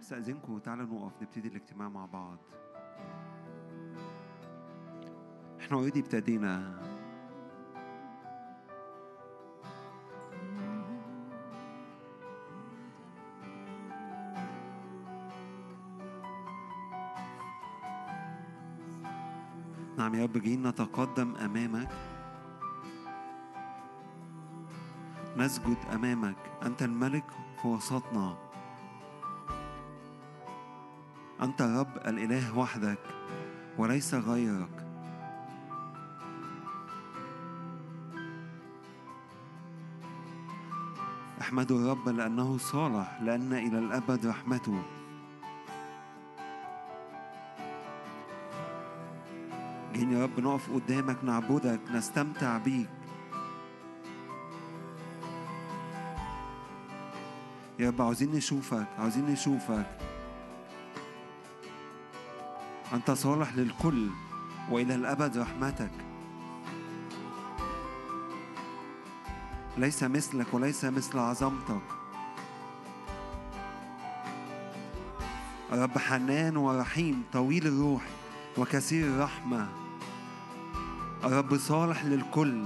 استأذنكم تعالوا نقف نبتدي الاجتماع مع بعض. احنا اوريدي ابتدينا. نعم يا رب، جايين نتقدم أمامك، نسجد أمامك. أنت الملك في وسطنا، أنت رب الإله وحدك وليس غيرك. احمدوا الرب لأنه صالح، لأن إلى الأبد رحمته. جايين يا رب نقف قدامك، نعبدك، نستمتع بيك يا رب. عاوزين نشوفك، عاوزين نشوفك. أنت صالح للكل وإلى الأبد رحمتك. ليس مثلك وليس مثل عظمتك. رب حنان ورحيم، طويل الروح وكثير الرحمة. رب صالح للكل.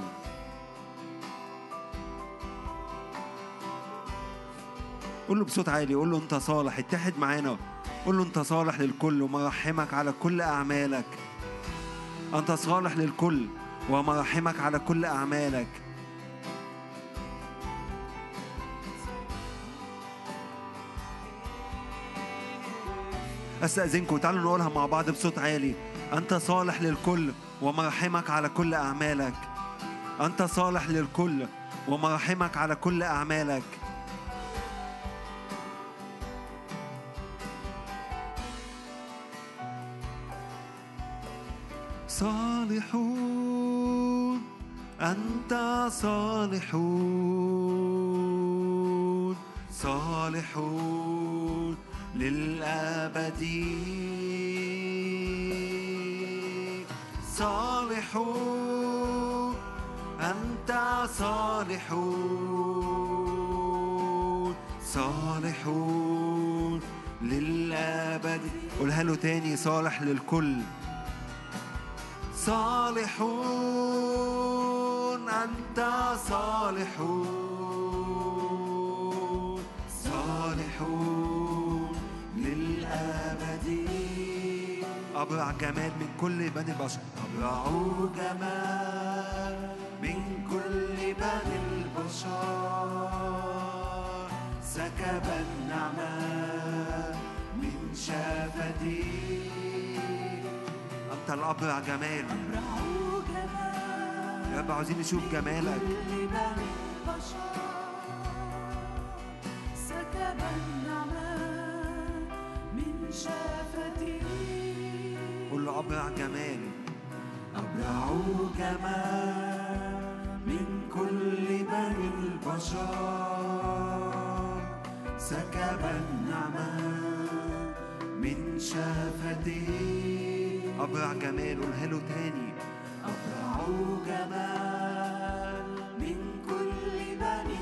قول له بصوت عالي، قول له أنت صالح. اتحد معانا، قول له أنت صالح للكل ومراحمك على كل أعمالك. أنت صالح للكل ومراحمك على كل أعمالك. أستأذنكم تعالوا نقولها مع بعض بصوت عالي. أنت صالح للكل ومراحمك على كل أعمالك. أنت صالح للكل ومراحمك على كل أعمالك. صالحون، أنت صالحون، صالحون للأبد. صالحون، أنت صالحون، صالحون للأبد. قولها له تاني، صالح للكل. صالحون، أنت صالحون، صالحون للأبد. أبرع جمال من كل بني البشر. أبرع جمال من كل بني البشر. سكب النعمة من شفتي. أنت الأبرع جمال يا رب. عاوزين نشوف جمالك. سكب النعمة من شفتي. قل له أبرع جمال. أبرع جمال من كل بني البشر. سكب النعمة من شفتي. أبرع جمال. قولها له تاني. أبرع جمال من كل بني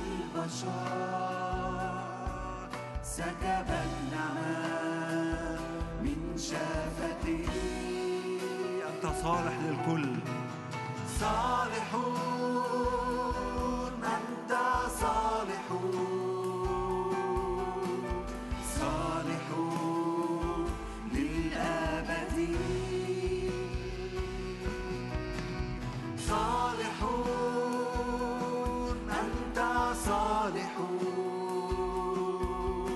البشر. سكب النعمة من شفتي. أنت صالح للكل. صالحون، أنت صالحون، صالحون للأبد. صالحون، أنت صالحون،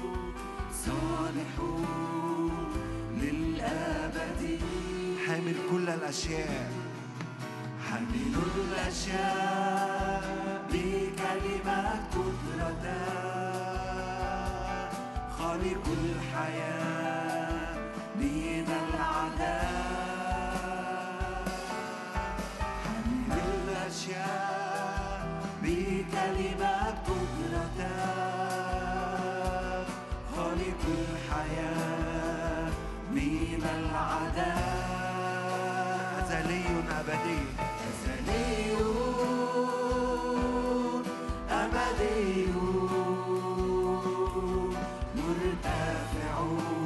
صالحون للأبد. حامل كل الأشياء، حامل الأشياء بكلمة قدرتك. خالق الحياة من العذاب. حامل الأشياء بكلمة قدرتك. خالق الحياة من العذاب. أزلي أبدي. أزليون أبديون مرتفعون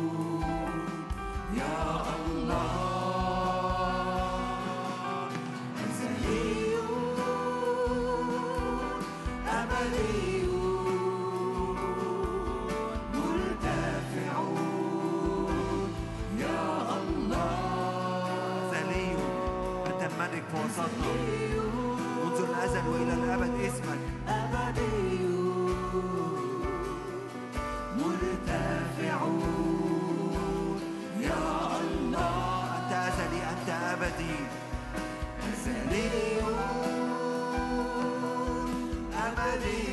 مرتفعون يا الله أزلي أنت الملك في وسطنا منذ الأزل وإلى الأبد اسمك أبدي مرتفعون يا الله أنت أزلي أنت أبدي أزلي أبدي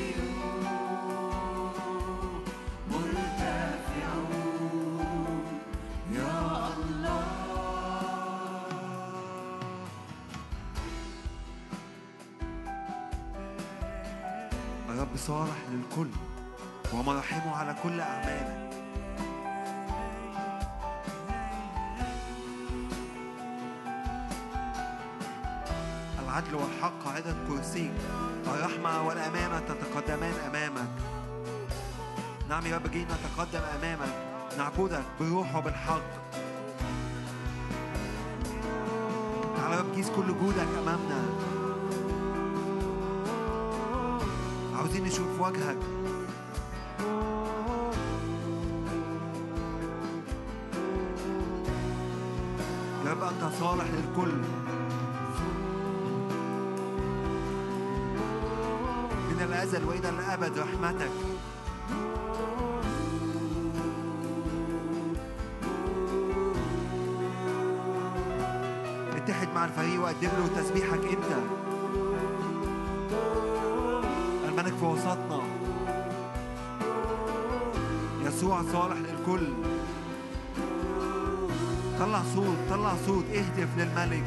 مرتفعون يا الله الرب صالح للكل ومراحمه على كل أعمالك. العدل والحق عدد كرسيك، الرحمة والأمانة تتقدمان أمامك. نعم يا رب، جينا نتقدم أمامك نعبدك بالروح وبالحق. تعالى يا رب كيس كل جودك أمامنا، عاوزين نشوف وجهك. يا رب أنت صالح للكل، من الأزل وإلى الأبد رحمتك. اتحد مع الفريق وقدم له تسبيحك أنت. الملك في وسطنا، يسوع صالح للكل. طلع صوت، طلع صوت، اهتف للملك.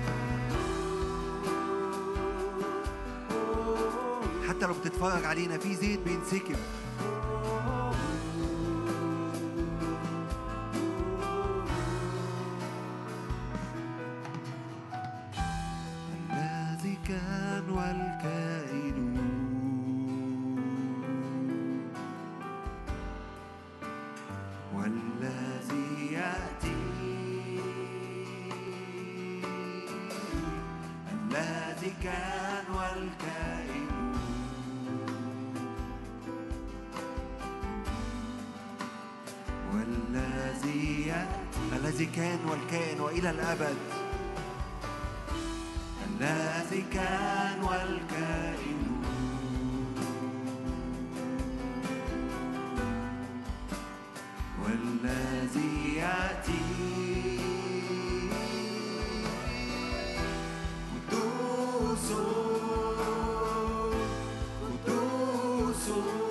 حتى لو بتتفرج علينا في زيت بينسكب. الذي كان والكائن والذي يأتي، الذي كان والكائن والذي يأتي، الذي كان والكائن وإلى الأبد، الذي كان والكائن والذي يأتي. قدوس قدوس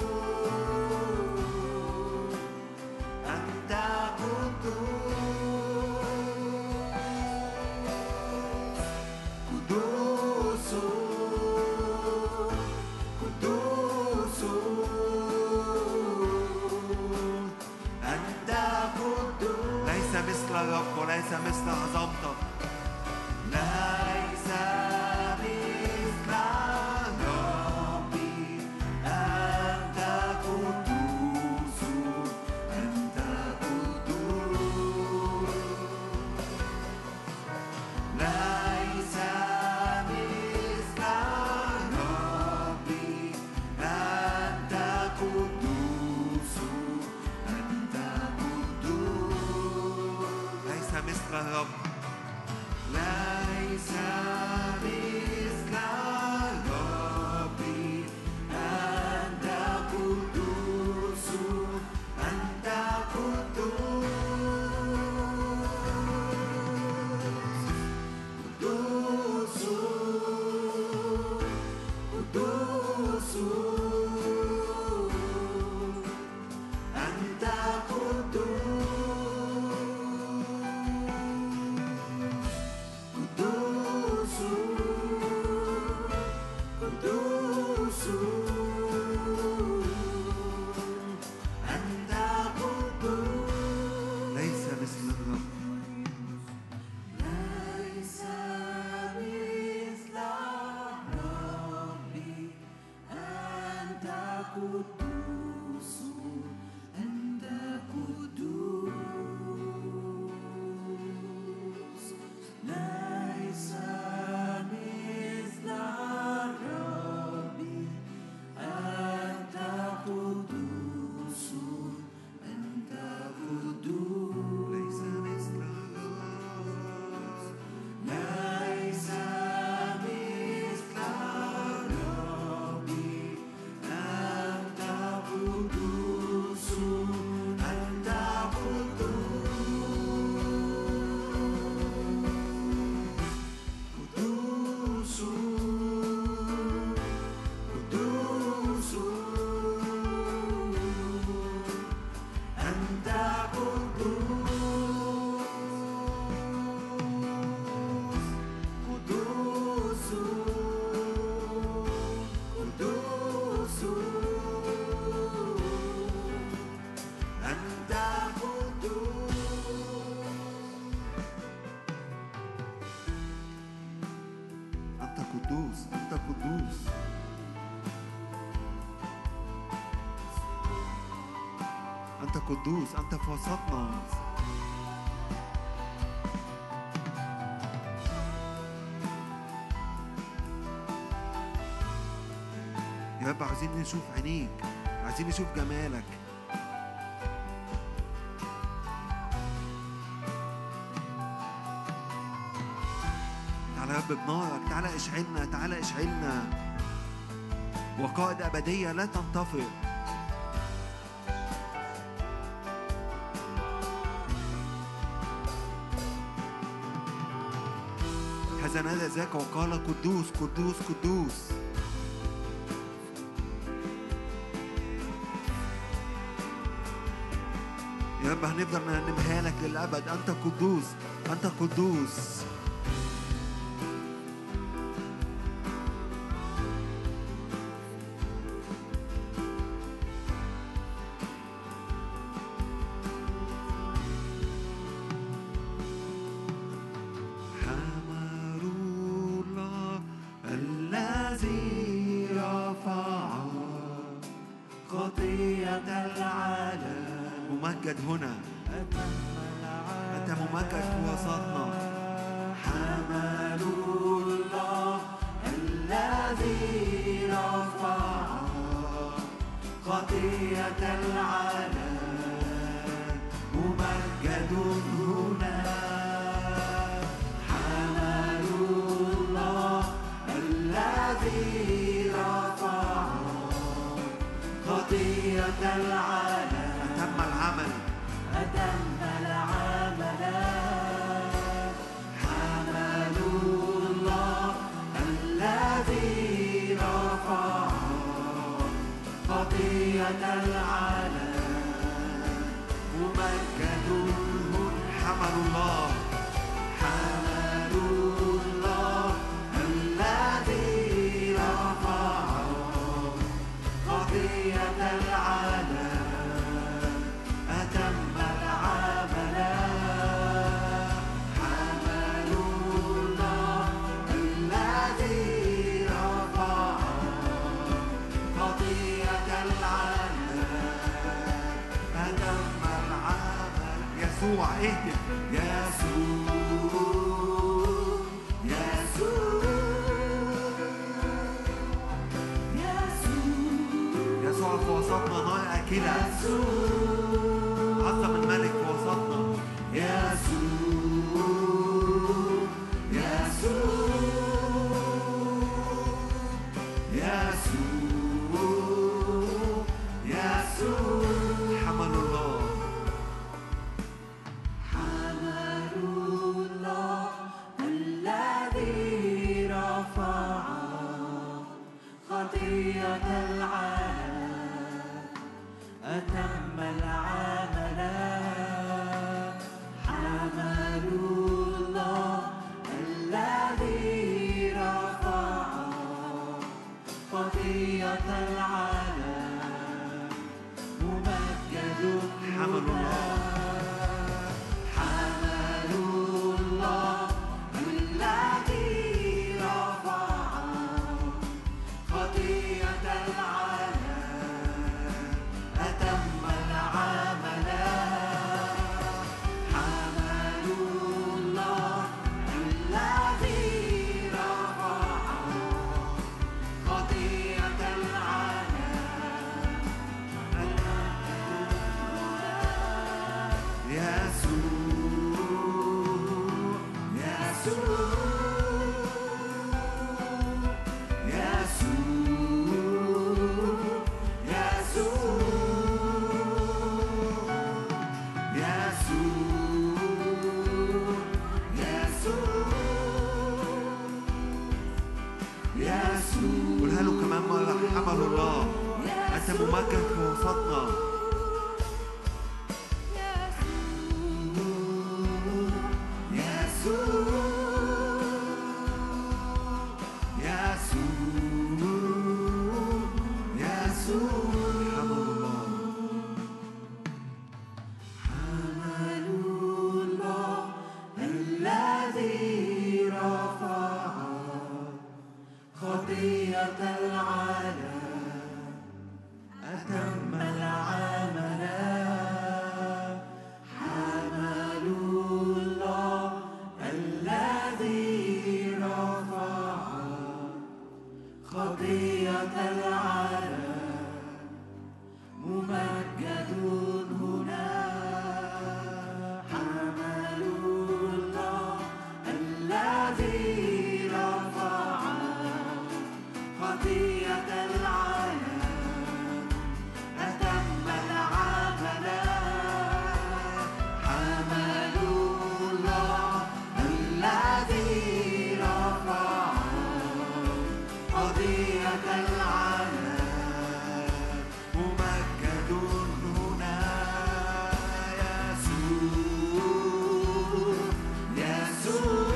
أنت قدوس قدوس أنت قدوس. ليس مثل الرب وليس مثل عظمتك، ليس مثل الرب. أنت قدوس أنت قدوس، ليس مثل الرب. أنت قدوس أنت قدوس، ليس مثل الرب قدوس، أنت قدوس. أنت قدوس، أنت في وسطنا. يا رب عايزين نشوف عينيك، عايزين نشوف جمالك. تعالى يا رب بنارك، تعالى اشعلنا، تعالى اشعلنا. وقائد أبدية لا تنطفئ. هذا نادى ذاك وقال قدوس قدوس قدوس. يا رب هنفضل نرنمها لك للأبد. أنت قدوس، أنت قدوس. ممجد هنا، أنت ممجد في وسطنا. حمل الله الذي رفع خطية العالم، ممجد هنا. حمل الله الذي رفع خطية العالم، أتم العمل، أتم العمل. حمل الله الذي رفع خطية العالم، ممجد هنا. حمل الله، حمل الله الذي رفع خطية العالم، أتم العمل. حمل الله الذي رفع خطية العالم، أتم العمل. يسوع اهتف، يسوع في وسطنا نار أكلة. عظم الملك في وسطنا. حمل الله، حمل الله الذي رفع خطية العالم، أتم العمل. حمل الله الذي رفع خطية العالم، ممجد حمل الله، حمل الله الذي رفع خطية العالم، أتم العمل. حمل الله الذي رفع خطية العالم، قولها له كمان مرة. حمل الله، أنت ممجد في وسطنا. العالم أتم العمل حملوا الله الذي رفع خطية العالم ممجد هنا حملوا الله الذي رفع خطية العالم أتم العمل حملوا الله الذي رفع قضية العالم ممجد هنا يسوع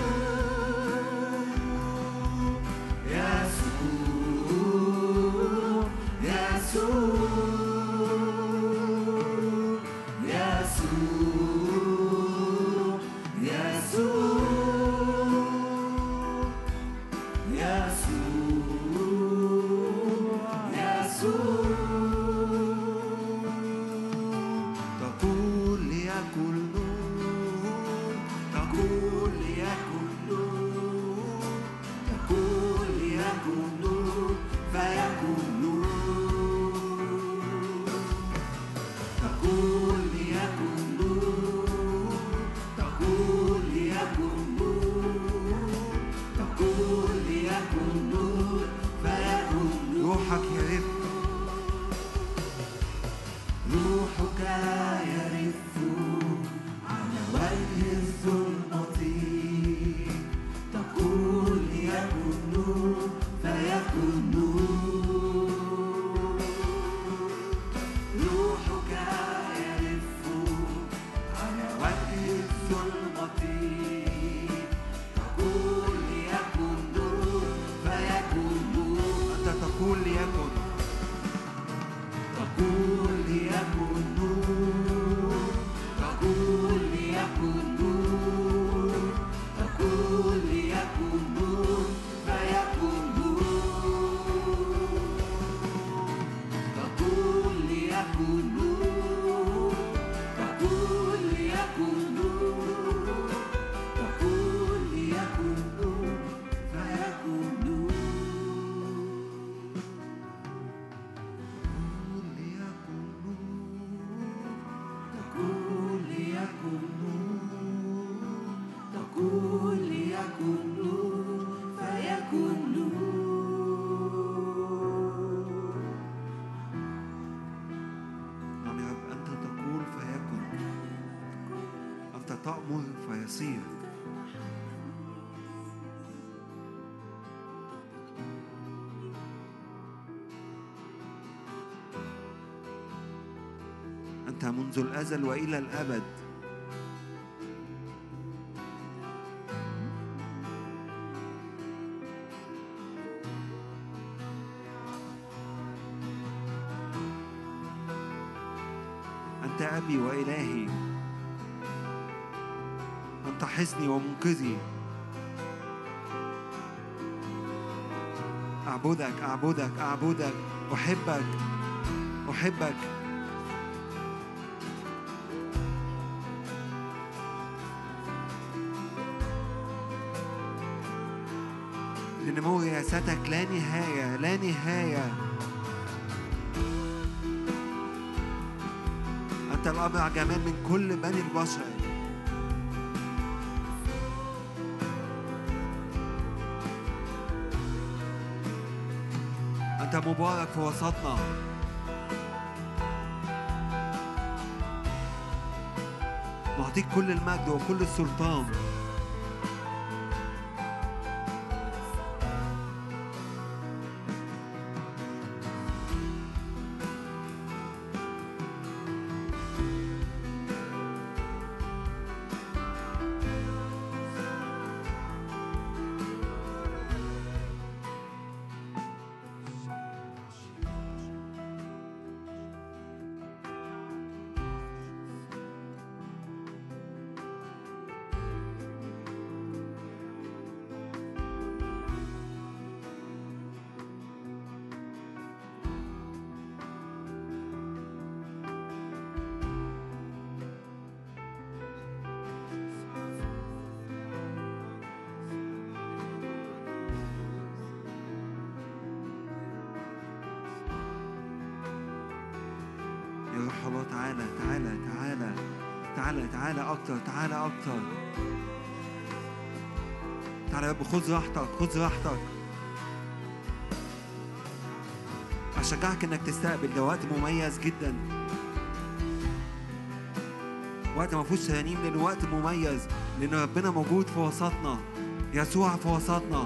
تقول ليكن نور تقول ليكن نور تقول ليكن نور فيكون نور تقول ليكن نور تقول ليكن نور تقول ليكن نور فيكون نور روحك يرف روحك يرف على وجه الظلمة تقول ليكن نور فيكون نور روحك يرف على وجه الظلمة تقول ليكن نور فيكون نور أنت تقول ليكن تقول ليكن نور تقول ليكن نور تقول ليكن نور فيكون نور تقول ليكن نور تقول ليكن نور تقول ليكن نور فيكون نور تقول ليكن نور تقول ليكن نور فيكون نور نعم يا رب، أنت تقول فيكن، أنت تأمر فيصير. أنت منذ الأزل وإلى الأبد. أنت أبي وإلهي، أنت حصني ومنقذي. أعبدك أعبدك أعبدك، أحبك أحبك. لنمو رياستك لا نهاية لا نهاية. أنت الأبرع جمال من كل بني البشر. أنت مبارك في وسطنا. نعطيك كل المجد وكل السلطان. روح الله تعالى تعالى تعالى تعالى تعالى أكتر، تعالى أكتر. تعالى يا رب، خذ راحتك، خذ راحتك. أشجعك إنك تستقبل، ده وقت مميز جدا، وقت ما فيهوش ترانيم، لأنه وقت مميز، لأن ربنا موجود في وسطنا، يسوع في وسطنا.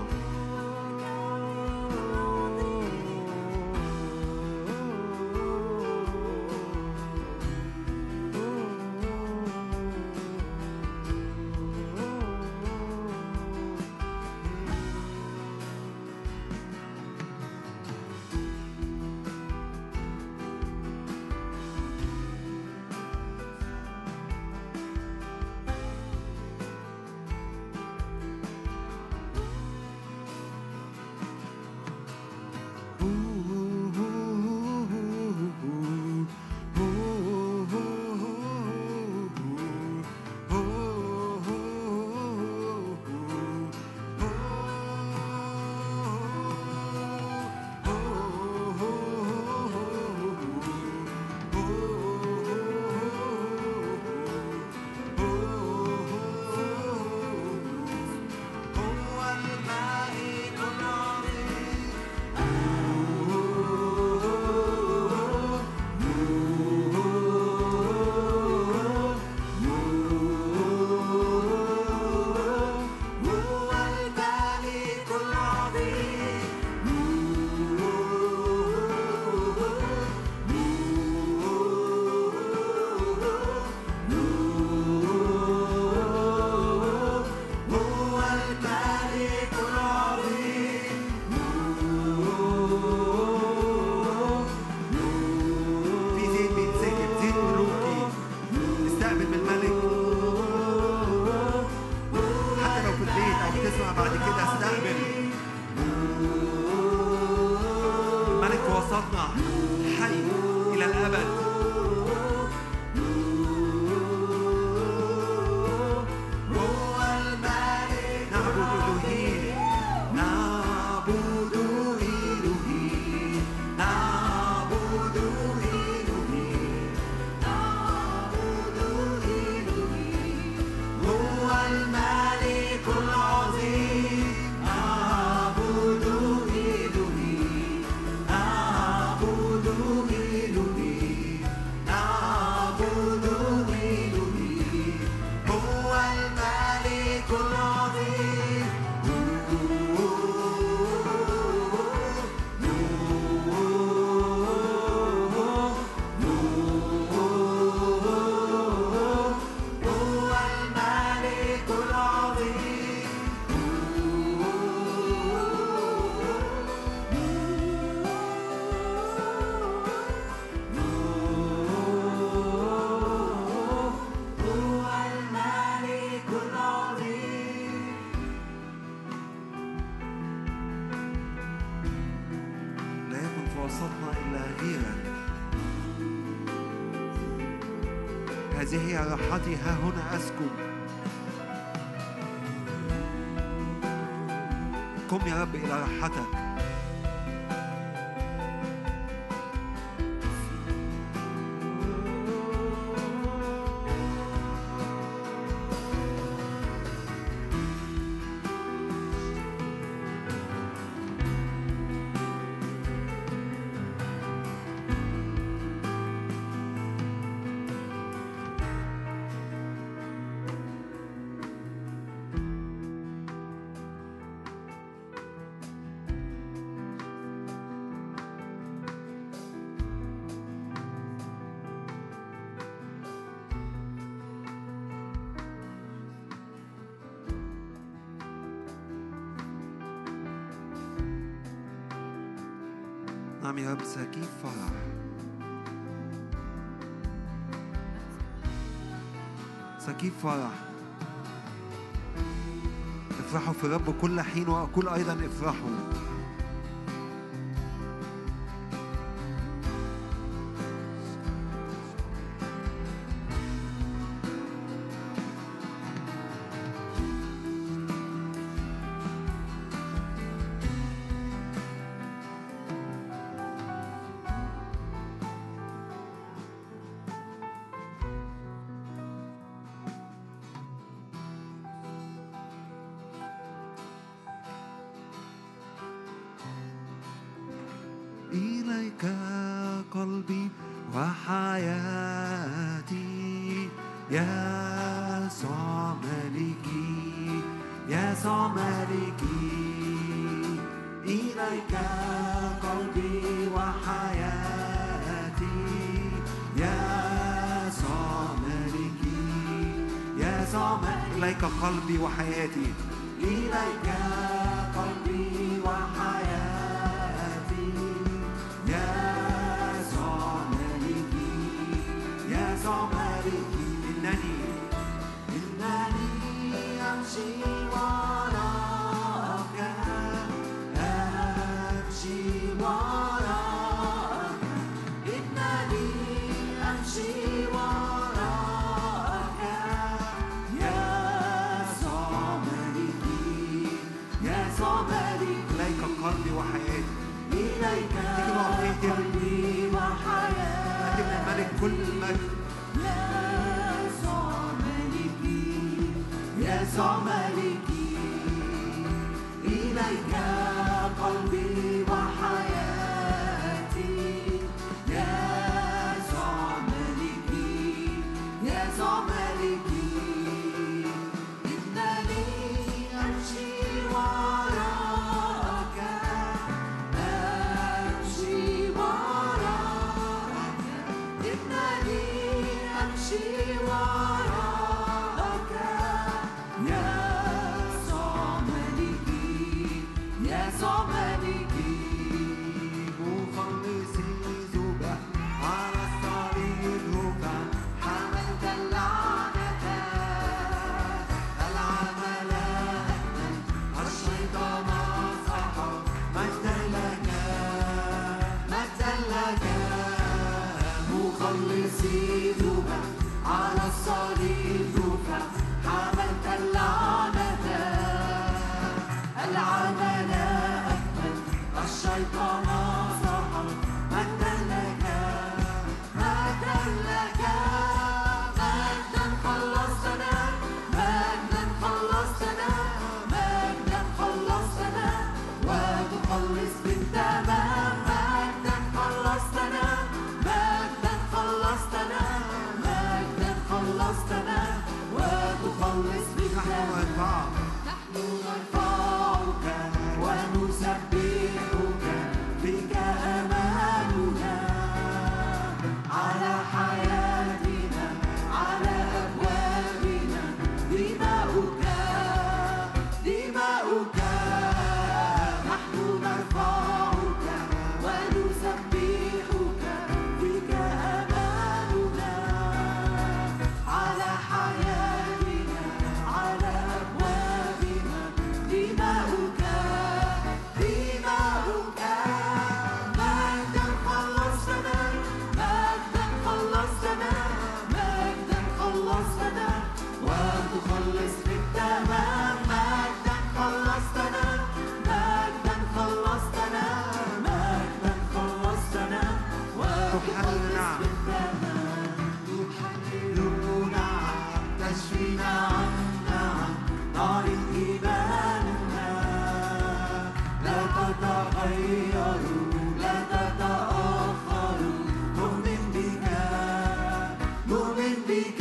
هذه هي راحتي، ها هنا أسكن. قم يا رب إلى راحتك. نعم يا رب، سكيب فرح، سكيب فرح. افرحوا في الرب كل حين، وأقول أيضا افرحوا. إليك قلبي وحياتي يسوع ملكي يسوع ملكي إليك قلبي وحياتي يسوع ملكي يسوع ملكي إليك قلبي وحياتي إليك قلبي وحياتي يسوع ملكي يسوع ملكي إنني أمشي وراءك أمشي وراءك إنني أمشي وراءك يسوع ملكي يسوع ملكي إليك قلبي وحياتي إليك قلبي وحياتي أقدم للملك كل المجد يسوع ملكي إليك قلبي وحياتي يسوع ملكي يسوع ملكي إنني أمشي وراءك أمشي وراءك إنني أمشي وراءك يسوع ملكي يسوع ملكي مخلصي ذبح على الصليب رفع حملت اللعنة العمل الشيطان سحر مجدا لك مخلصي ذبح على الصليب رفع حملت اللعنة العمل أكمل الشيطان سحر مجدا لك مجدا لك مجدا خلصتنا مجدا خلصتنا مجدا خلصتنا وتخلص بالتمام مجدا خلصتنا مجدا خلصتنا مجدا خلصتنا وتخلص بالتمام نحن نرفعك ونسبحك بك أماننا على حياتنا على أبوابنا دماؤك دماؤك نحن نرفعك ونسبحك بك أماننا على حياتنا على أبوابنا دماؤك دماؤك مجدا خلصتنا مجدا خلصتنا مجدا خلصتنا وتخلص بالتمام مجدا خلصتنا مجدا خلصتنا مجدا خلصتنا وتخلص بالتمام تحللنا تشفينا عنا نار إيماننا لا تتغيروا لا تتأخروا نؤمن بك نؤمن بك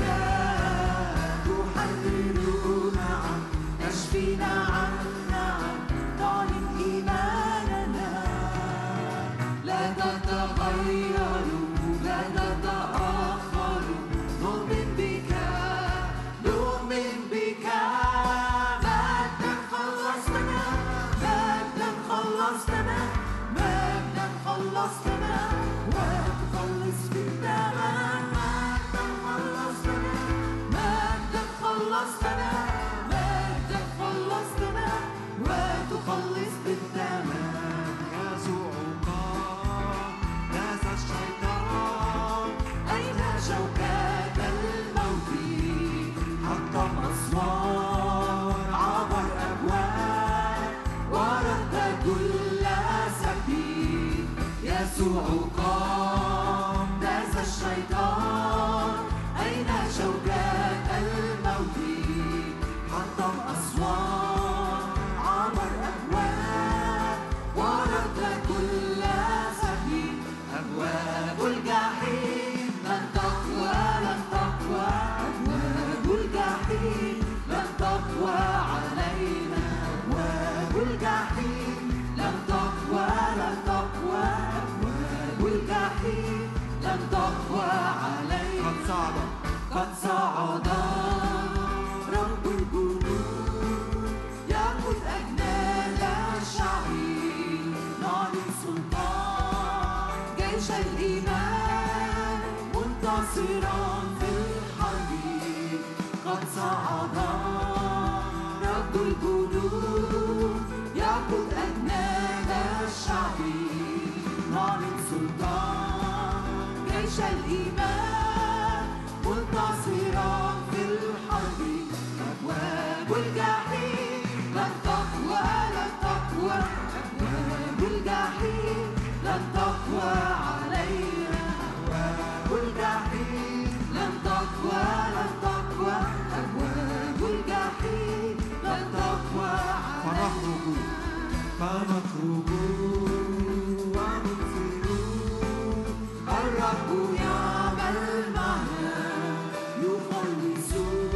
تحررنا تشفينا عنا نار إيماننا لا تتغيروا لا تتأخروا نؤمن بك نؤمن بك مجدا خلصتنا مجدا خلصتنا مجدا خلصتنا وتخلص بالتمام مجدا خلصتنا مجدا خلصتنا مجدا خلصتنا وتخلص بالتمام يسوع قام داس الشيطان أين شوكات الموت حطم أسوار عبر أبواب ورد كل سبيل يسوع قام داس الشيطان أين شوكات الموت حطم أسوار عبر أبواب ورد كل سبيل منتصرا في الحرب قد صعد رب الجنود يقود أجناد الشعب نعلن سلطان جيش الإيمان منتصرا في الحرب أبواب الجحيم لن تقوى لن تقوى أبواب الجحيم لن تقوى علينا أبواب الجحيم لن تقوى لن تقوى أبواب الجحيم لن تقوى علينا فنخرج وننصر الرب يعمل معنا يخلص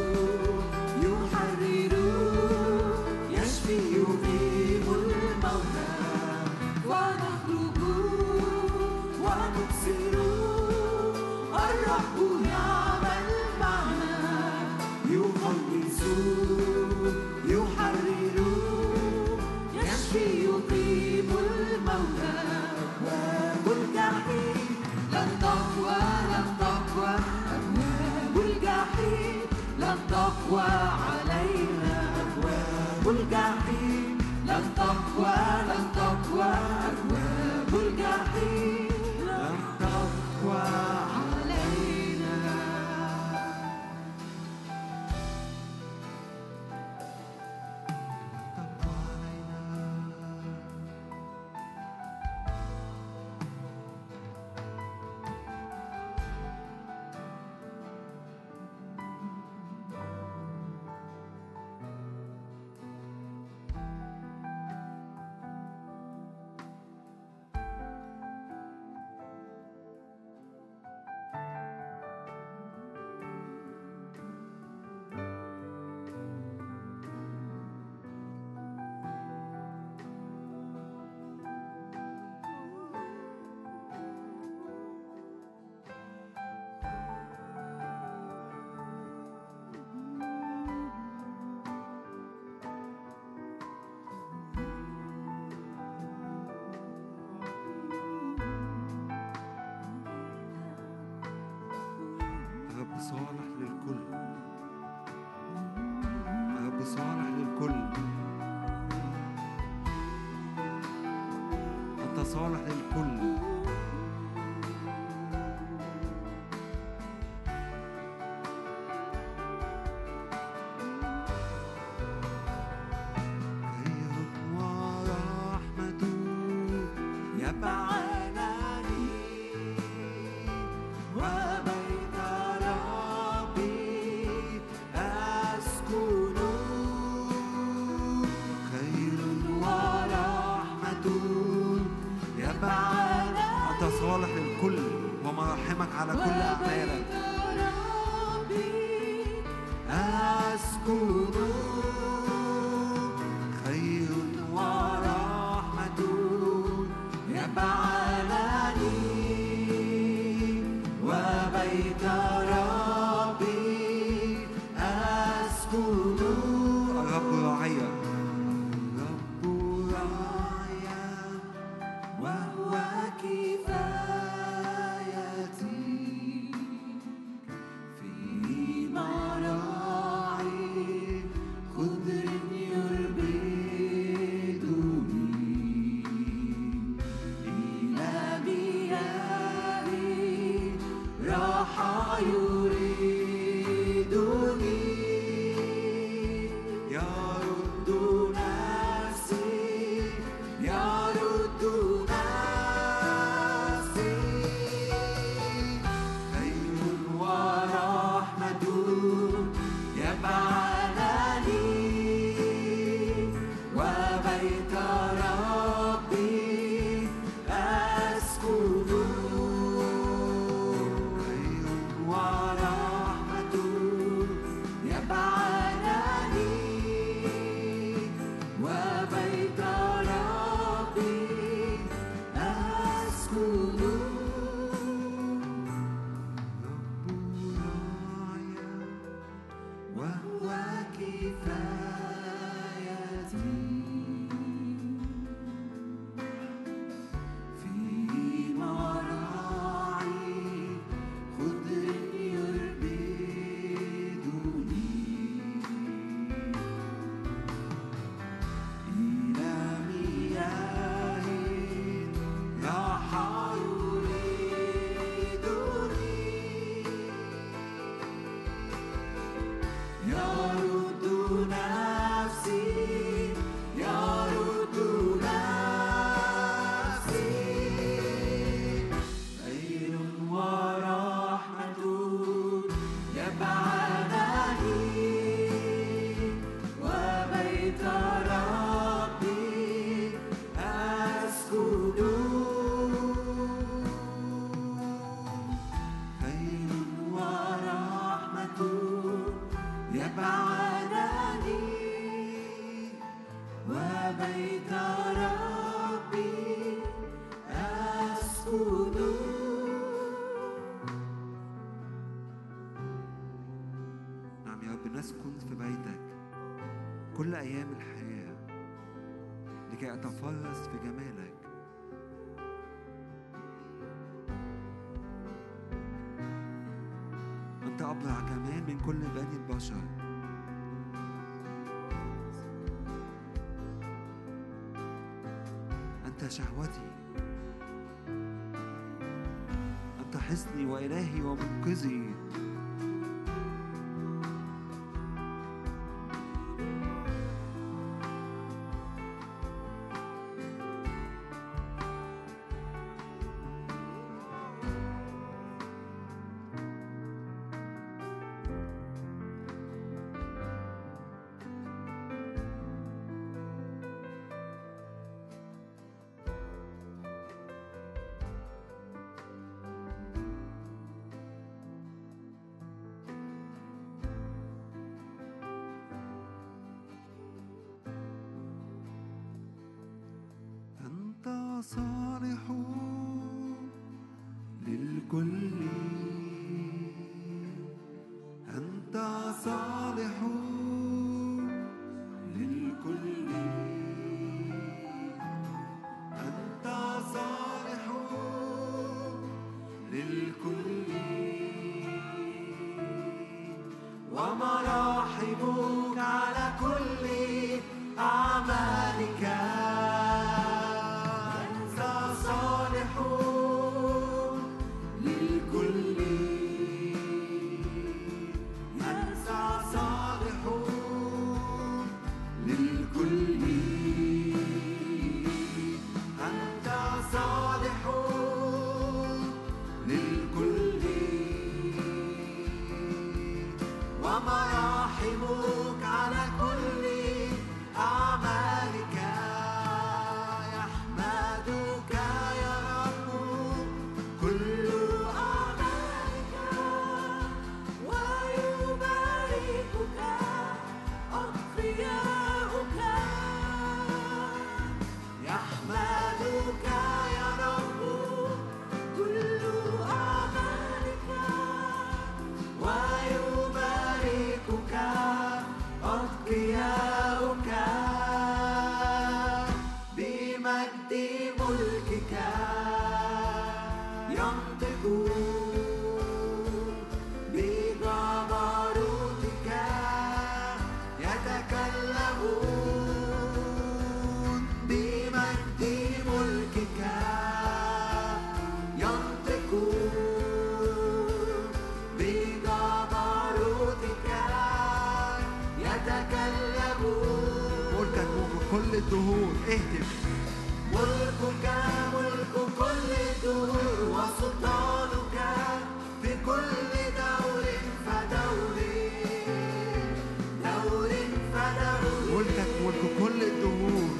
يحرر يشفي يقيم الموتى ونخرج ونبصر الرب يعمل معنا يخلص يحرر يشفي يقيم الموتى أبواب الجحيم لن تقوى لن تقوى أبواب الجحيم لن تقوى علينا أبواب الجحيم لن تقوى لن تقوى أبواب الجحيم لن تقوى علينا رب صالح للكل، رب صالح للكل، أنت صالح للكل. صالح للكل ومراحمك على كل أعمالك. أسكن خير ورحمة يبعانني وبيت ربي أسكن. الرب راعيا، الرب راعيا وهو كفايتي في مراعي خضر يربدني كل أيام الحياة لكي أتفرس في جمالك. أنت أبرع جمال من كل بني البشر. أنت شهوتي، أنت حصني وإلهي ومنقذي. صالح للكل، أنت صالح للكل، أنت صالح للكل، ومراحمك على كل أعمالك. ومراحمك على كل أعمالك، يحمدك يا رب كل أعمالك، ويباركك أتقياؤك، يحمدك يا رب كل أعمالك، ويباركك أتقياؤك، بمجد ملكك ينطقون، بجبروتك يتكلمون، بمجد ملكك ينطقون، بجبروتك يتكلمون. ملكك ملك كل الدهور، اهتف. ملكك ملك كل الدهور، وسلطانك في كل دور فدور، دور فدور. ملكك ملك كل الدهور،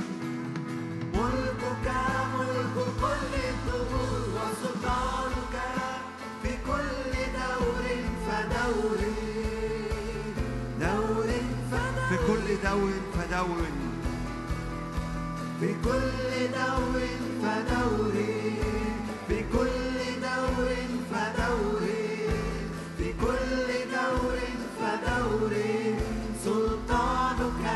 ملكك ملك كل الدهور، وسلطانك في كل دور فدور، دور فدور، في كل دور فدور، في كل دور فدور، في كل دور فدور، في كل دور فدور، سلطانك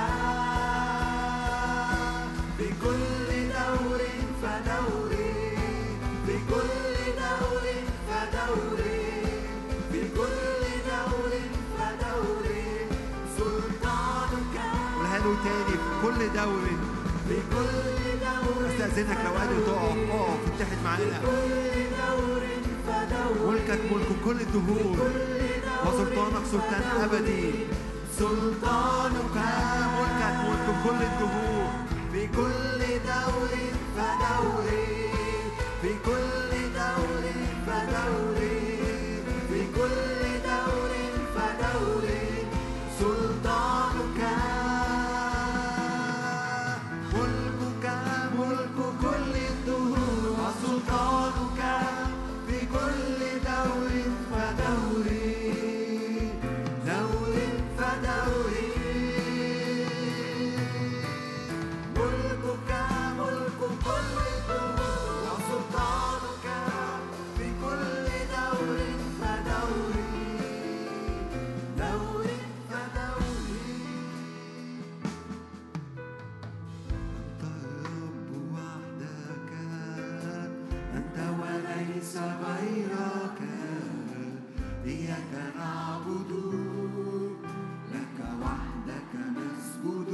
في كل دور فدور، في كل دور فدور، في كل دور فدور، سلطانك. قولها له تاني، في كل دور، في كل دور. استأذنك لو قادر تقف اتحد معانا. في كل دور فدور، ملكك ملك كل الدهور، وسلطانك سلطان أبدي، سلطانك ملكك ملك كل الدهور، في كل دور فدور، في كل دور فدور، في كل دور فدور، سلطانك ملكك ملك كل الدهور، وسلطانك في كل دور فدور، دور فدور. ملكك ملك وليس غيرك، إياك نعبد، لك وحدك نسجد.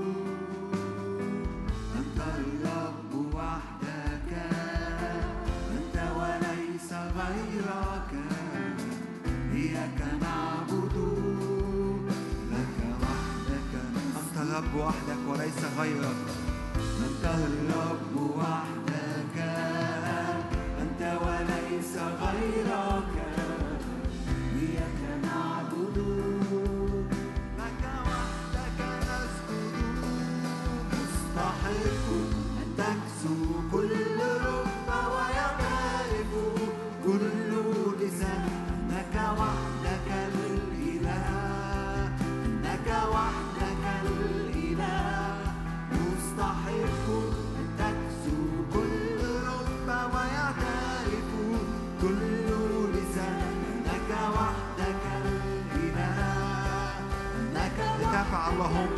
أنت الرب وحدك، أنت وليس غيرك، إياك نعبد، لك وحدك. أنت الرب وحدك وليس غيرك، أنت الرب وحدك، أنت وليس غيرك، إياك نعبد، لك وحدك نسجد. مستحق أن تكسو كل رب ويعترف كل لسان أنك وحدك الإله، أنك وحدك الإله. مستحق أن تكسو كل رب ويعترف كل لسان أنك وحدك الإله، أنك ارتفع اللهم،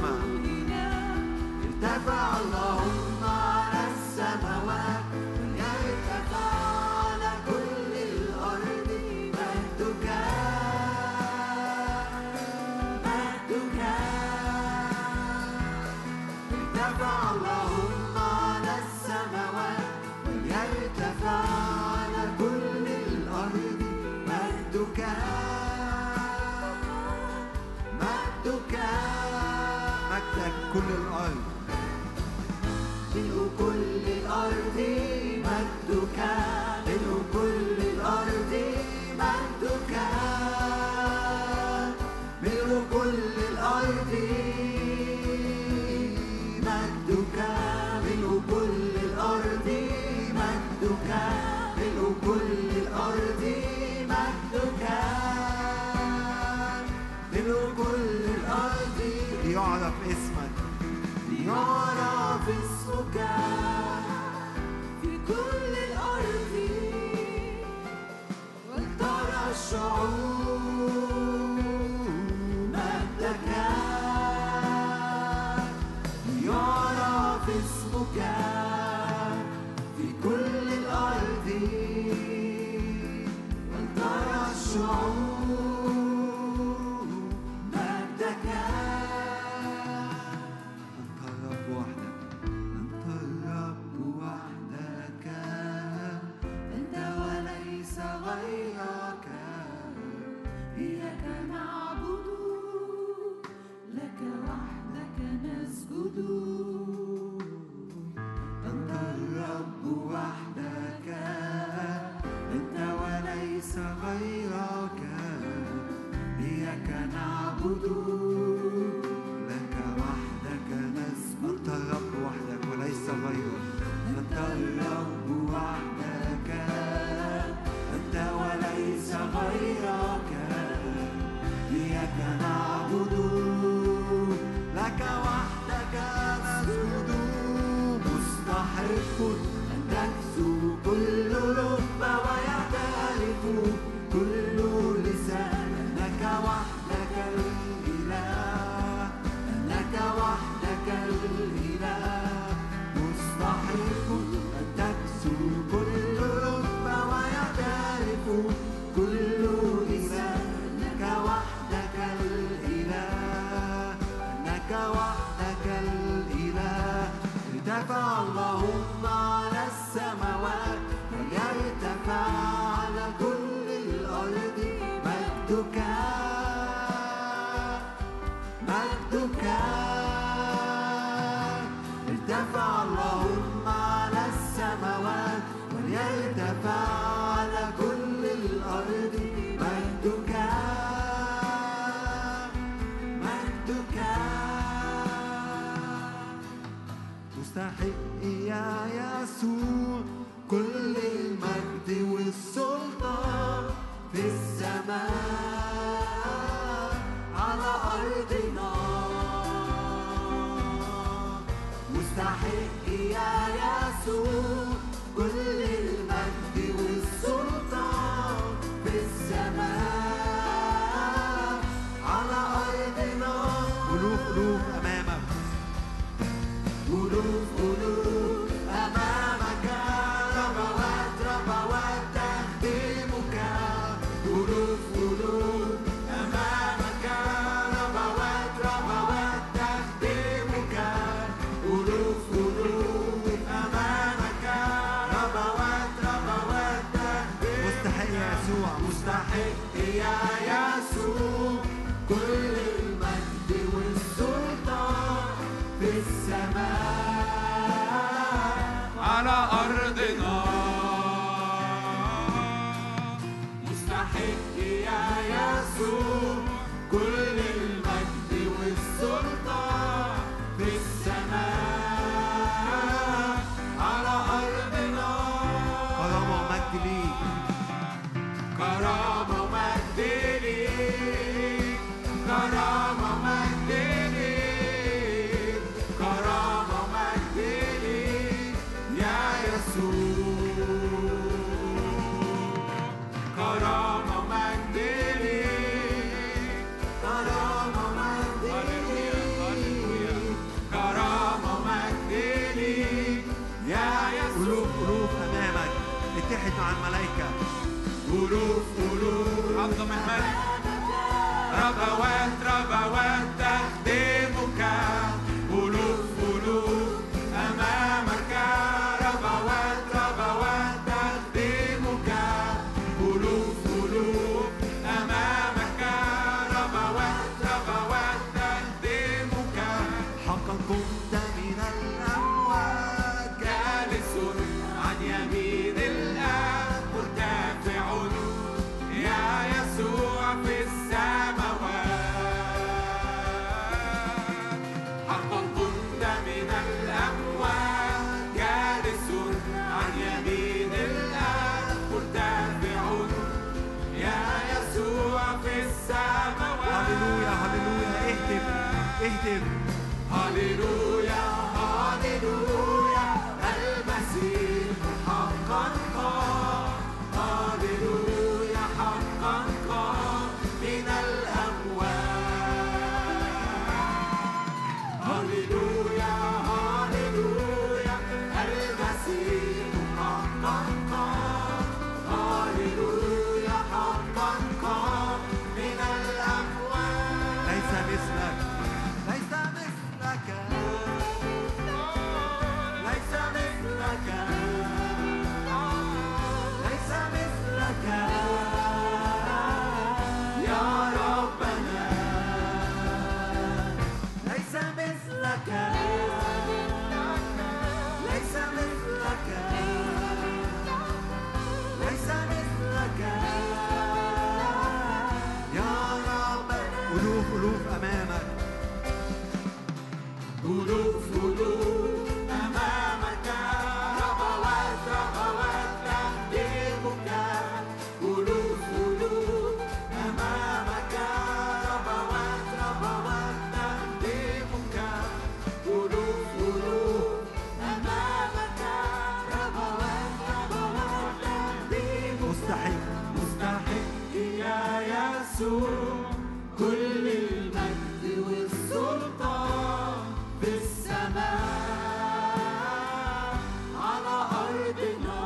ارتفع اللهم على السماوات، وليرتفع على كل الأرض مجدك، مجدك. ارتفع اللهم على السماوات، وليرتفع على كل الأرض مجدك، مجدك. مجدك كل الأرض، ملء كل الأرض مجدك، ملء كل الأرض مجدك، ملء كل الأرض مجدك، ملء كل الأرض مجدك، ملء كل الأرض مجدك، ملء كل الأرض. ليعرف اسمك، ليعرف اسمك في كل الأرض، ولترى الشعوب مجدك. ليعرف اسمك في كل الأرض، ولترى الشعوب مجدك. أنت الرب وحدك، أنت الرب وحدك، أنت وليس غيرك، إياك نعبد، لك وحدك نسجد. أنت الرب وحدك، أنت وليس غيرك، إياك نعبد، لك وحدك نسجد. أنت الرب وحدك وليس غيرك، أنت الرب وحدك، أنت وليس غيرك، إياك نعبد، لك وحدك نسجد. مستحق أن تكسو كل رب ويعترف كل لسان أنك وحدك الإله، أنك وحدك الإله. مستحق أن تكسو كل رب ويعترف كل لسان أنك وحدك الإله، أنك وحدك الإله. ارتفع اللهم على السماوات، وليرتفع على كل الأرض مجدك، مجدك. ارتفع اللهم على السماوات، وليرتفع على كل الأرض مجدك، مجدك. مستحق يا يسوع كل المجد والسلطان في السماء على أرضنا. مستحق يا يسوع كل المجد والسلطان أرضنا. مستحق يا يسوع كل المجد والسلطان في السماء على أرضنا. كرامة ومجد ليك، كرامة ومجد ليك، كرامة ومجد ليك، كرامة ومجد ليك يا يسوع. كرامة ومجد ليك، كرامة ومجد ليك، كرامة ومجد ليك يا يسوع. قلوب أمامك، اتحد مع الملائكة. ألوف عظم الملك، ربوات ربوات تخدمك، ألوف أمامك، ربوات ربوات تخدمك، ألوف أمامك، ربوات ربوات تخدمك. حقا كنت من الأموات جالس عن يمين الآب مرتفع يا يسوع في السماوات. حقا كنت من الأموات جالس عن يمين الآب مرتفع يا يسوع في السماوات. هللويا هللويا، اهتف اهتف. هللويا هللويا المسيح حقا قام. هللويا حقا قام من الأموات. هللويا هللويا المسيح حقا قام. هللويا حقا قام من الأموات. ليس مثلك، ليس مثلك، ليس مثلك، ليس مثلك يا ربنا. ليس مثلك، ليس مثلك، ليس مثلك يا رب. ألوف أمامك، ألوف أمامك، ربوات ربوات تخدمك، ألوف أمامك، ربوات ربوات تخدمك، ألوف أمامك، ربوات ربوات تخدمك. مستحق يا يسوع كل المجد والسلطان في السماء على أرضنا.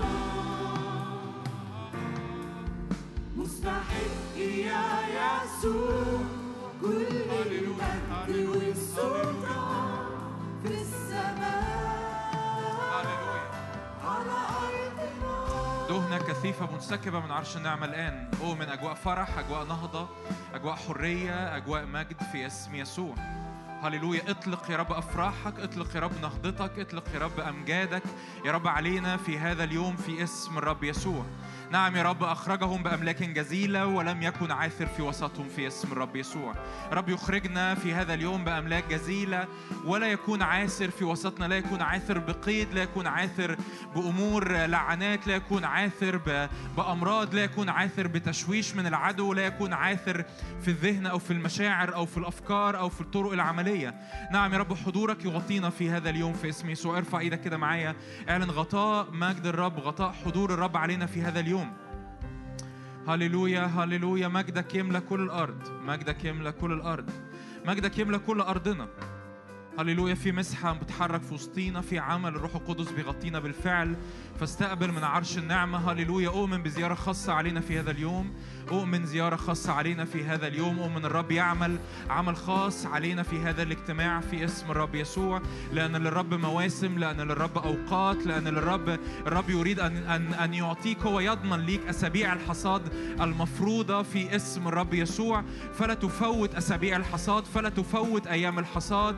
مستحق يا يسوع كل المجد والسلطان في السماء على أرضنا. دهنة كثيفة منسكبة من عرش النعمة الآن. من أجواء فرح، أجواء نهضة، أجواء حرية، أجواء مجد في اسم يسوع. هللويا. اطلق يا رب أفراحك، اطلق يا رب نهضتك، اطلق يا رب أمجادك يا رب علينا في هذا اليوم في اسم الرب يسوع. نعم يا رب، أخرجهم بأملاك جزيلة ولم يكن عاثر في وسطهم في اسم الرب يسوع. رب يخرجنا في هذا اليوم بأملاك جزيلة ولا يكون عاثر في وسطنا، لا يكون عاثر بقيد، لا يكون عاثر بأمور لعنات، لا يكون عاثر بأمراض، لا يكون عاثر بتشويش من العدو، لا يكون عاثر في الذهن أو في المشاعر أو في الأفكار أو في الطرق العملية. نعم يا رب، حضورك يغطينا في هذا اليوم في اسم يسوع. ارفع ايدك كده معايا، اعلن غطاء مجد الرب، غطاء حضور الرب علينا في هذا اليوم. هللويا هللويا. مجدك يملى كل الأرض، مجدك يملى كل الأرض، مجدك يملى كل أرضنا. هللويا. في مسحة بتحرك في وسطينا، في عمل الروح القدس بيغطينا بالفعل، فاستقبل من عرش النعمة. هللويا. أؤمن بزيارة خاصة علينا في هذا اليوم، أؤمن زيارة خاصة علينا في هذا اليوم، أؤمن الرب يعمل عمل خاص علينا في هذا الاجتماع في اسم الرب يسوع. لأن للرب مواسم، لأن للرب أوقات، لأن الرب يريد أن يعطيك ويضمن ليك أسابيع الحصاد المفروضة في اسم الرب يسوع. فلا تفوت أسابيع الحصاد، فلا تفوت أيام الحصاد في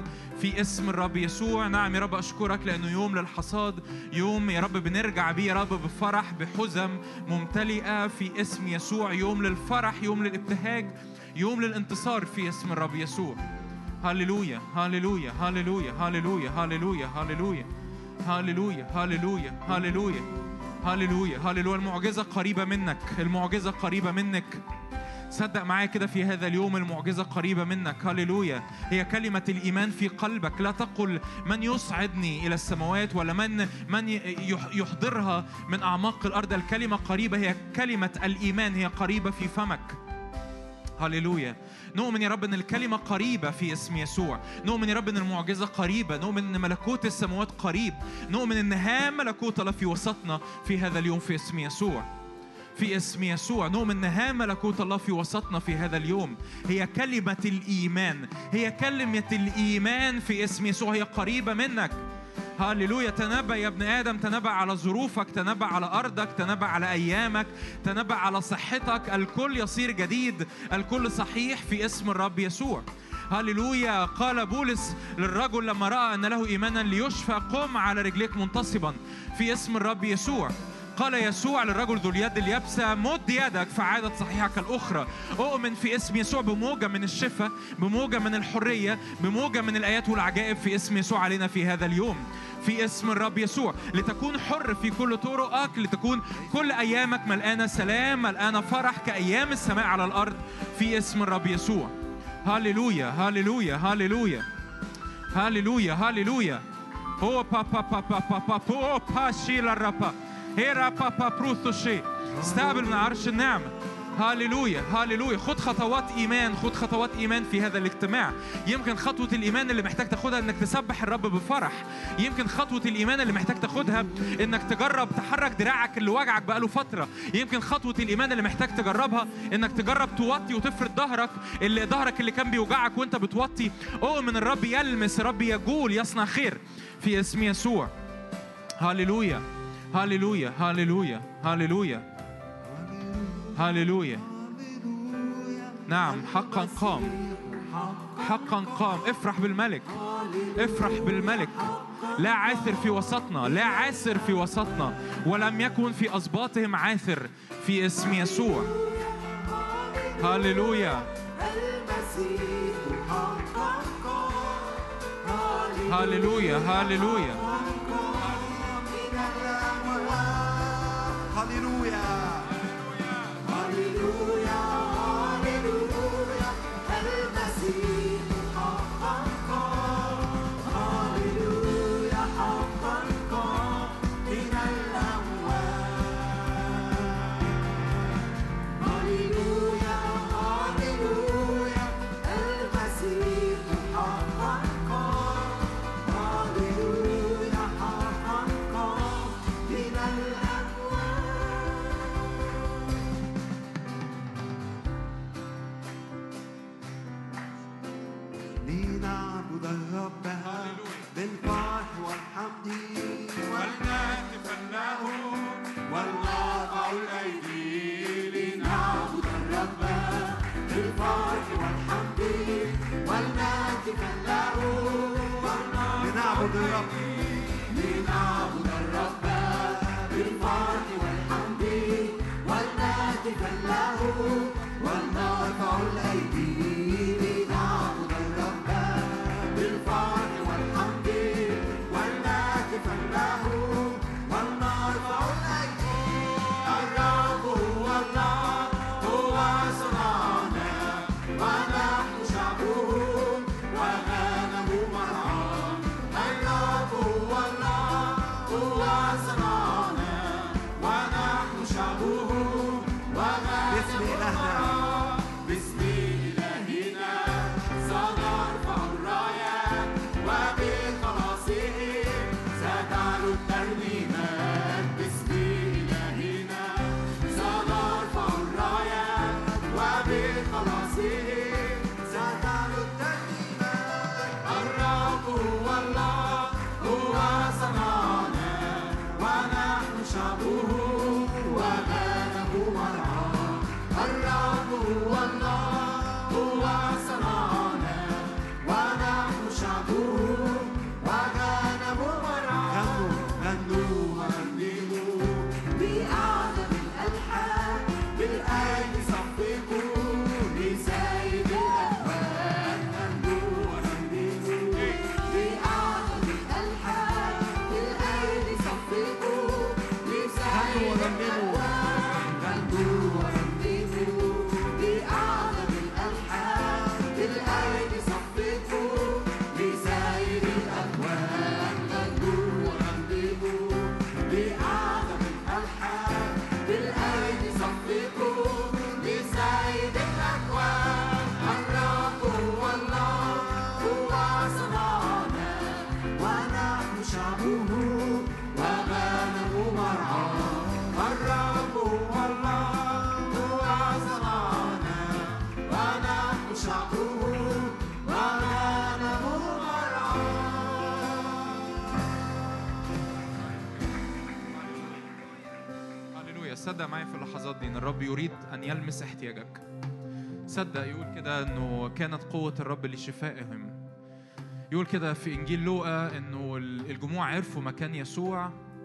في اسم الرب يسوع. نعم يا رب أشكرك لأنه يوم للحصاد، يوم يا رب بنرجع بيه يا رب بفرح بحزم ممتلئة في اسم يسوع، يوم للفرح، يوم للابتهاج، يوم للانتصار في اسم الرب يسوع. هاليلويا هاليلويا هاليلويا هاليلويا هاليلويا هاليلويا هاليلويا هاليلويا هاليلويا هاليلويا هاليلويا. المعجزة قريبة منك، المعجزة قريبة منك. صدق معايا كده في هذا اليوم المعجزة قريبة منك. هاليلويا. هي كلمة الإيمان في قلبك. لا تقل من يصعدني إلى السماوات ولا من يحضرها من أعماق الأرض. الكلمة قريبة، هي كلمة الإيمان، هي قريبة في فمك. هاليلويا. نؤمن يا رب ان الكلمة قريبة في اسم يسوع. نؤمن يا رب ان المعجزة قريبة. نؤمن ان ملكوت السماوات قريب. نؤمن ان هام ملكوت الله في وسطنا في هذا اليوم في اسم يسوع. في اسم يسوع نؤمن ان هام ملكوت الله في وسطنا في هذا اليوم. هي كلمة الإيمان، هي كلمة الإيمان في اسم يسوع، هي قريبة منك. هاليلويا. تنبأ يا ابن آدم، تنبأ على ظروفك، تنبأ على أرضك، تنبأ على أيامك، تنبأ على صحتك. الكل يصير جديد، الكل صحيح في اسم الرب يسوع. هاليلويا. قال بولس للرجل لما رأى أن له إيمانا ليشفى: قم على رجليك منتصبا في اسم الرب يسوع. قال يسوع للرجل ذو اليد اليابسة: مد يدك فعادت صحيحك الأخرى. أؤمن في اسم يسوع بموجة من الشفاء، بموجة من الحرية، بموجة من الآيات والعجائب في اسم يسوع علينا في هذا اليوم في اسم الرب يسوع. لتكون حر في كل طرقك، لتكون كل أيامك ملآنة سلام، ملآنة فرح كأيام السماء على الأرض في اسم الرب يسوع. هاليلويا هاليلويا هاليلويا هاليلويا هاليلويا. هو بابا بابا بابا بو باشيلا الرابا هيرا بابا بروثوشي. استقبل من عرش النعمة. هاليلويا هاليلويا. خد خطوات إيمان، خد خطوات إيمان في هذا الاجتماع. يمكن خطوة الإيمان اللي محتاج تاخدها إنك تسبح الرب بفرح. يمكن خطوة الإيمان اللي محتاج تاخدها إنك تجرب تحرك دراعك اللي وجعك بقاله فترة. يمكن خطوة الإيمان اللي محتاج تجربها إنك تجرب توطي وتفرد ظهرك اللي كان بيوجعك وإنت بتوطي. أؤمن الرب يلمس، الرب يجول، يصنع خير في اسم يسوع. هاليلويا هاليلويا هاليلويا هاليلويا هاليلويا. نعم حقا قام، حقا قام. افرح بالملك، افرح بالملك. لا عاثر في وسطنا، لا عاثر في وسطنا، ولم يكن في أسباطهم عاثر في اسم يسوع. هاليلويا هاليلويا هاليلويا هاليلويا هاليلويا هاليلويا. المسيح حقا قام، هاليلويا حقا قام من الأموات. هاليلويا هاليلويا. المسيح حقا قام، هاليلويا حقا قام من الأموات. لنعبد الرب بالفرح والحمد ولنهتف له ولنرفع الأيدي. لنعبد الرب بالفرح والحمد ولنهتف له. لنعبد الرب، لنعبد الرب بالفرح والحمد ولنهتف له ولنرفع الأيدي. لنعبد الرب بالفرح والحمد ولنهتف له ولنرفع الأيدي. الرب هو الله، هو صنعنا ونحن شعبه وغنم مرعاه. الرب هو الله، هو صنعنا ونحن شعبه باسم وغنم إلهنا. مرعاه. باسم إلهنا سنرفع الراية وبخلاصه ستعلو الترنيمات. باسم إلهنا سنرفع الراية وبخلاصه ستعلو الترنيمات. الرب هو الله، هو صنعنا ونحن شعبه وغنم مرعاه. الرب هو الله، هو صنعنا ونحن شعبه رنموا غنوا ورنموا بأعظم الألحان بالأيدي صفقوا لسائر الأكوان غنوا ورنموا بأعظم الألحان بالأيدي صفقوا لسائر الأكوان الرب هو الله هو صنعنا ونحن شعبه وغنم مرعاه الرب هو الله هو صنعنا ونحن شعبه وغنم مرعاه. هللويا. صدق معايا في اللحظات دي ان الرب يريد ان يلمس احتياجك. صدق يقول كده انه كانت قوة الرب لشفائهم. يقول كده في انجيل لوقا انه الجموع عرفوا مكان يسوع،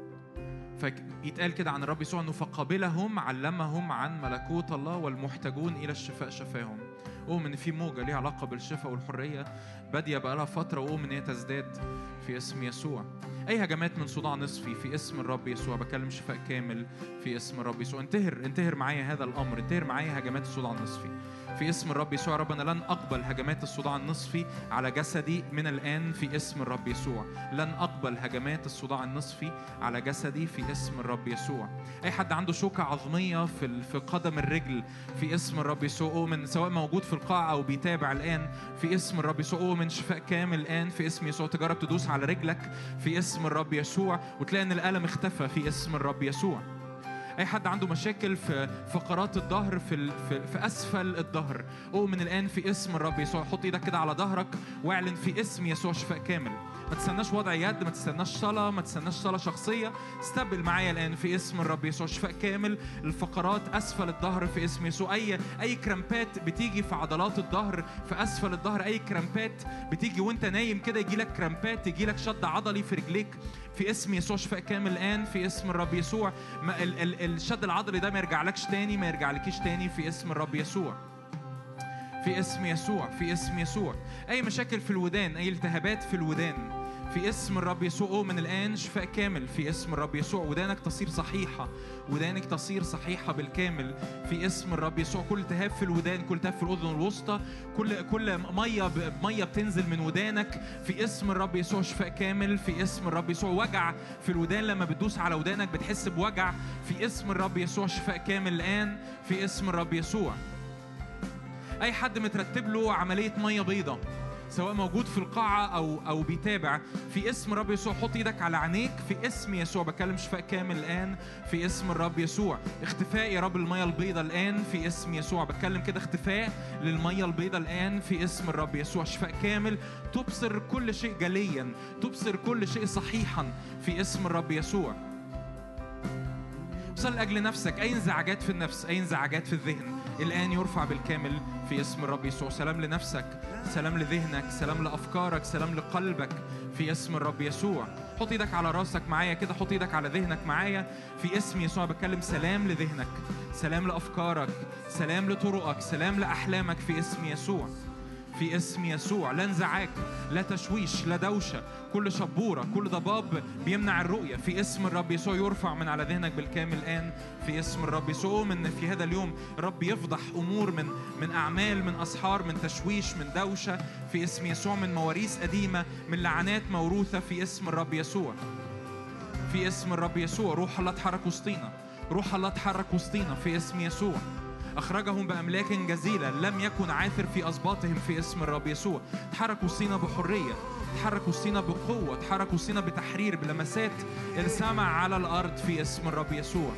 فيتقال كده عن الرب يسوع انه فقبلهم علمهم عن ملكوت الله والمحتاجون الى الشفاء شفاهم. أؤمن إن في موجة ليها علاقة بالشفاء والحرية بادية بقالها فترة، وأؤمن إن هي تزداد في اسم يسوع. أي هجمات من صداع نصفي في اسم الرب يسوع، بكلم شفاء كامل في اسم الرب يسوع. انتهر معايا هذا الأمر، انتهر معايا هجمات الصداع النصفي في اسم الرب يسوع. يا رب أنا لن أقبل هجمات الصداع النصفي على جسدي من الآن في اسم الرب يسوع. لن أقبل هجمات الصداع النصفي على جسدي في اسم الرب يسوع. أي حد عنده شوكة عظمية في قدم الرجل في اسم الرب يسوع، أؤمن سواء موجود في القاعة أو بيتابع الآن في اسم الرب يسوع، أؤمن شفاء كامل الآن في اسم يسوع. تجرب تدوس على رجلك في اسم الرب يسوع وتلاقي إن الألم اختفى في اسم الرب يسوع. أي حد عنده مشاكل في فقرات الظهر في أسفل الظهر، أؤمن الآن في اسم الرب يسوع. حط إيدك كده على ظهرك واعلن في اسم يسوع شفاء كامل. ما تستناش وضع يد، ما تستناش صلاة، ما تستناش صلاة شخصية. استقبل معايا الآن في اسم الرب يسوع شفاء كامل الفقرات أسفل الظهر في اسم يسوع. أي كرامبات بتيجي في عضلات الظهر في أسفل الظهر، أي كرامبات بتيجي وأنت نايم كده، يجي لك كرامبات، يجي لك شد عضلي في رجليك في اسم يسوع شفاء كامل الآن في اسم الرب يسوع. الشد العضلي ده ما يرجعلكش تاني، ما يرجعلكيش تاني في اسم الرب يسوع. في اسم يسوع، في اسم يسوع. أي مشاكل في الودان، أي التهابات في الودان في اسم الرب يسوع، من الآن شفاء كامل في اسم الرب يسوع. ودانك تصير صحيحة، ودانك تصير صحيحة بالكامل في اسم الرب يسوع. كل التهاب في الودان، كل التهاب في الأذن الوسطى، كل مية بتنزل من ودانك في اسم الرب يسوع شفاء كامل في اسم الرب يسوع. وجع في الودان، لما بتدوس على ودانك بتحس بوجع في اسم الرب يسوع شفاء كامل الآن في اسم الرب يسوع. أي حد مترتب له عملية مية بيضة سواء موجود في القاعة أو بيتابع في اسم الرب يسوع، حط إيدك على عينيك في اسم يسوع. بكلم شفاء كامل الآن في اسم الرب يسوع. اختفاء يا رب المية البيضة الآن في اسم يسوع. بتكلم كده اختفاء للمية البيضة الآن في اسم الرب يسوع. شفاء كامل، تبصر كل شيء جليا، تبصر كل شيء صحيحا في اسم الرب يسوع. صل لأجل نفسك. أي انزعاجات في النفس، أي انزعاجات في الذهن الآن يرفع بالكامل في اسم الرب يسوع. سلام لنفسك، سلام لذهنك، سلام لأفكارك، سلام لقلبك في اسم الرب يسوع. حط ايدك على راسك معايا كده، حط ايدك على ذهنك معايا في اسم يسوع. بكلم سلام لذهنك، سلام لأفكارك، سلام لطرقك، سلام لأحلامك في اسم يسوع. في اسم يسوع. لا انزعاج، لا تشويش، لا دوشة، كل شبورة، كل ضباب بيمنع الرؤية في اسم الرب يسوع يرفع من على ذهنك بالكامل الآن في اسم الرب يسوع. من في هذا اليوم الرب يفضح أمور من أعمال، من أسحار، من تشويش، من دوشة في اسم يسوع، من مواريث قديمة، من لعنات موروثة في اسم الرب يسوع. في اسم الرب يسوع. روح الله اتحرك وسطينا، روح الله اتحرك وسطينا في اسم يسوع. أخرجهم بأملاك جزيلة لم يكن عاثر في أسباطهم في اسم الرب يسوع. تحرك وسطينا بحرية، تحرك وسطينا بقوة، تحرك وسطينا بتحرير، بلمسات السمع على الأرض في اسم الرب يسوع.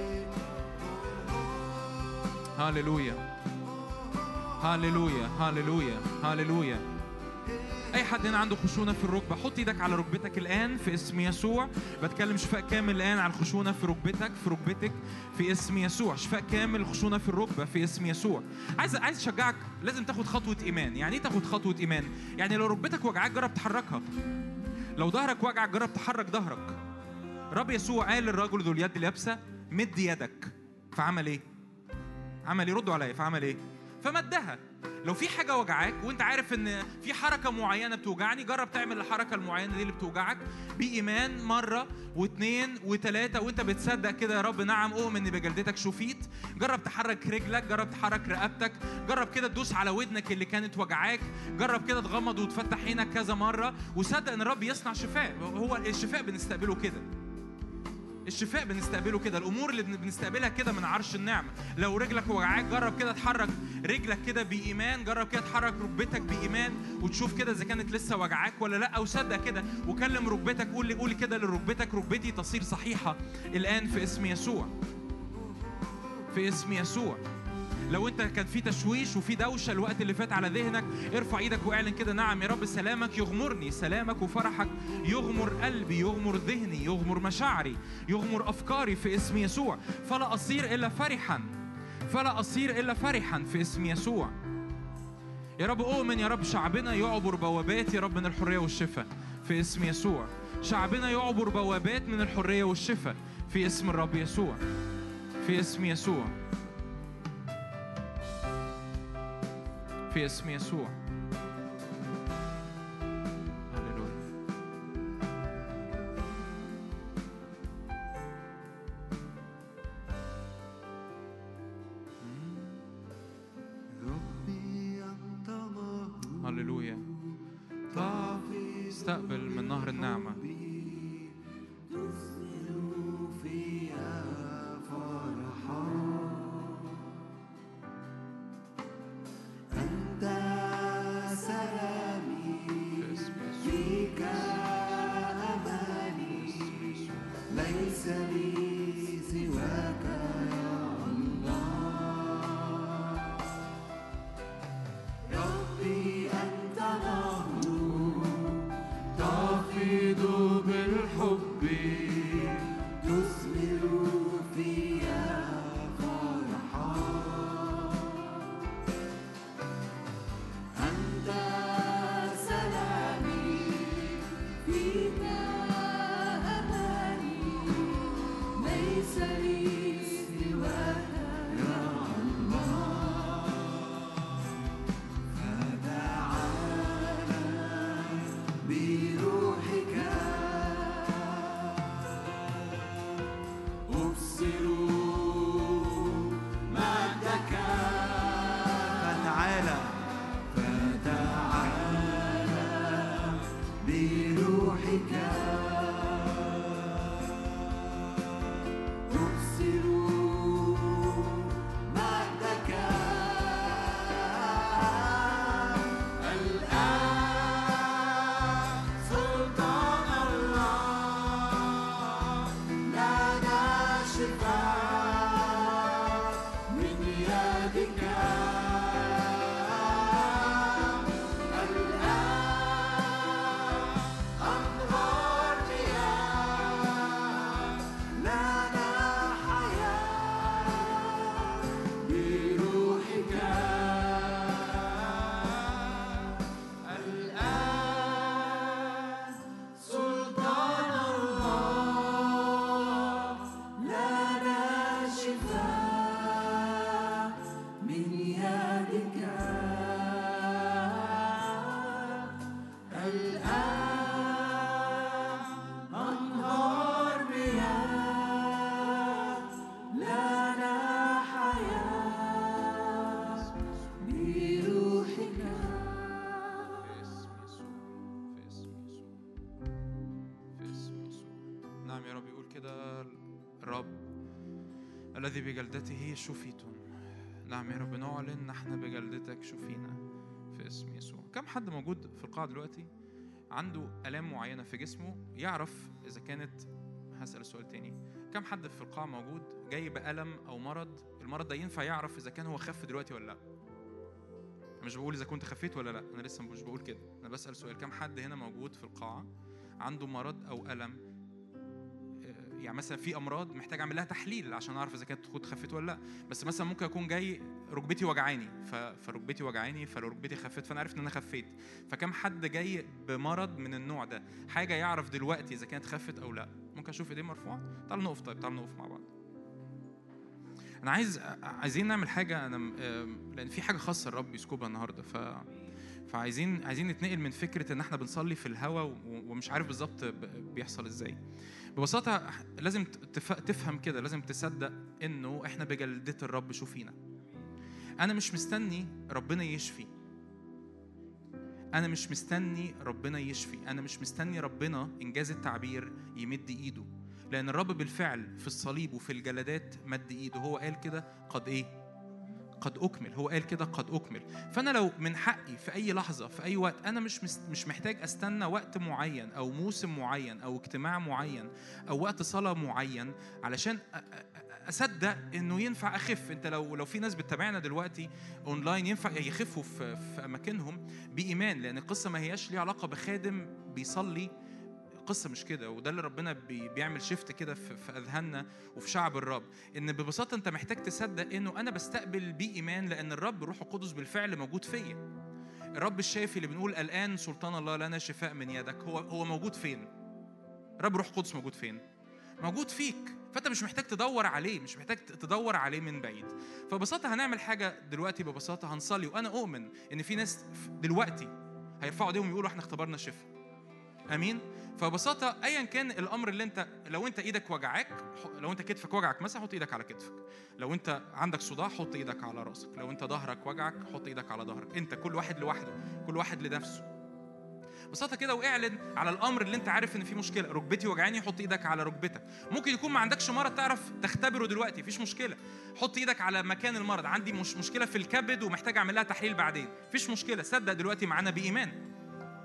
هاليلويا هاليلويا هاليلويا هاليلويا. أي حد هنا عنده خشونة في الركبة، حط إيدك على ركبتك الآن في اسم يسوع. بتكلم شفاء كامل الآن على الخشونة في ركبتك، في ركبتك في اسم يسوع. شفاء كامل الخشونة في الركبة في اسم يسوع. عايز أشجعك، لازم تاخد خطوة إيمان. يعني إيه تاخد خطوة إيمان؟ يعني لو ركبتك وجعك جرب تحركها، لو ظهرك وجعك جرب تحرك ظهرك. رب يسوع قال للرجل ذو اليد اليابسة مد يدك، فعمل إيه؟ عمل إيه؟ ردوا عليا، فعمل إيه؟ فمدها. لو في حاجة وجعاك وانت عارف ان في حركة معينة بتوجعني، جرب تعمل الحركة المعينة دي اللي بتوجعك بإيمان مرة واثنين وثلاثة، وانت بتصدق كده يا رب نعم أؤمن ان بجلدتك شفيت. جرب تحرك رجلك، جرب تحرك رقبتك، جرب كده تدوس على ودنك اللي كانت وجعاك، جرب كده تغمض وتفتح عينك كذا مرة وصدق ان الرب يصنع شفاء. هو الشفاء بنستقبله كده، الشفاء بنستقبله كده، الامور اللي بنستقبلها كده من عرش النعمه. لو رجلك وجعاك جرب كده تحرك رجلك كده بايمان، جرب كده تحرك ركبتك بايمان وتشوف كده اذا كانت لسه وجعاك ولا لا، او صدق كده وكلم ركبتك، قول كده لركبتك ركبتي تصير صحيحه الان في اسم يسوع، في اسم يسوع. لو انت كان في تشويش وفي دوشه الوقت اللي فات على ذهنك، ارفع ايدك واعلن كده نعم يا رب سلامك يغمرني، سلامك وفرحك يغمر قلبي، يغمر ذهني، يغمر مشاعري، يغمر افكاري في اسم يسوع. فلا اصير الا فرحا، فلا اصير الا فرحا في اسم يسوع. يا رب اؤمن يا رب شعبنا يعبر بوابات يا رب من الحريه والشفاء في اسم يسوع. شعبنا يعبر بوابات من الحريه والشفاء في اسم الرب يسوع، في اسم يسوع، في اسم يسوع. هللويا. ربي أنت الله، هللويا. استقبل من نهر النعمة. الذي بجلدته شفيتم. نعم يا رب نعلن نحن بجلدتك شفينا في اسم يسوع. كم حد موجود في القاعة دلوقتي عنده آلام معينة في جسمه يعرف إذا كانت، هسأل السؤال تاني، كم حد في القاعة موجود جاي بألم أو مرض، المرض ده ينفع يعرف إذا كان هو خف دلوقتي ولا لا؟ مش بقول إذا كنت خفيت ولا لا، أنا لسه مش بقول كده، أنا بسأل سؤال. كم حد هنا موجود في القاعة عنده مرض أو ألم؟ يعني مثلا في امراض محتاج اعمل لها تحليل عشان اعرف اذا كانت خفت ولا لا، بس مثلا ممكن اكون جاي ركبتي وجعاني فركبتي وجعاني، فلو ركبتي خفت فانا عرفت ان انا خفيت. فكم حد جاي بمرض من النوع ده، حاجه يعرف دلوقتي اذا كانت خفت او لا؟ ممكن اشوف ايدين مرفوعه؟ تعالوا نقف. طيب تعالوا نقف مع بعض. انا عايزين نعمل حاجه. انا لان في حاجه خاصه الرب يسكبها النهارده، فعايزين نتنقل من فكره ان احنا بنصلي في الهوا ومش عارف بالظبط بيحصل ازاي. ببساطه لازم تفهم كده، لازم تصدق انه احنا بجلدة الرب شوفينا. انا مش مستني ربنا يشفي، انا مش مستني ربنا يشفي، انا مش مستني ربنا انجاز التعبير يمد ايده، لأن الرب بالفعل في الصليب وفي الجلدات مد إيده. هو قال كده قد إيه؟ قد أكمل. هو قال كده قد أكمل. فأنا لو من حقي في أي لحظة في أي وقت، أنا مش محتاج أستنى وقت معين أو موسم معين أو اجتماع معين أو وقت صلاة معين علشان أصدق إنه ينفع أخف. أنت لو في ناس بتتابعنا دلوقتي أونلاين ينفع يخفوا في أماكنهم بإيمان، لأن القصة ما هياش ليها علاقة بخادم بيصلي. قصة مش كده، وده اللي ربنا بيعمل شيفت كده في أذهاننا وفي شعب الرب، إن ببساطة أنت محتاج تصدق إنه أنا بستقبل بإيمان، لأن الرب روح القدس بالفعل موجود فيا. الرب الشافي اللي بنقول الآن سلطان الله لنا شفاء من يدك، هو موجود فين؟ الرب روح القدس موجود فين؟ موجود فيك. فأنت مش محتاج تدور عليه، مش محتاج تدور عليه من بعيد. فببساطة هنعمل حاجة دلوقتي، ببساطة هنصلي، وأنا أؤمن إن في ناس دلوقتي هيرفعوا ايديهم ويقولوا إحنا اختبرنا الشفاء. امين. فببساطه ايا كان الامر اللي انت، لو انت ايدك وجعاك، لو انت كتفك وجعك مثلا، حط ايدك على كتفك. لو انت عندك صداع حط ايدك على راسك. لو انت ظهرك وجعك حط ايدك على ظهرك. انت كل واحد لوحده، كل واحد لنفسه. ببساطه كده، واعلن على الامر اللي انت عارف ان فيه مشكله. ركبتي وجعاني، حط ايدك على ركبتك. ممكن يكون ما عندكش مرض تعرف تختبره دلوقتي، مفيش مشكله، حط ايدك على مكان المرض. عندي مشكله في الكبد ومحتاج اعمل لها تحليل بعدين، مفيش مشكله، صدق دلوقتي معانا بايمان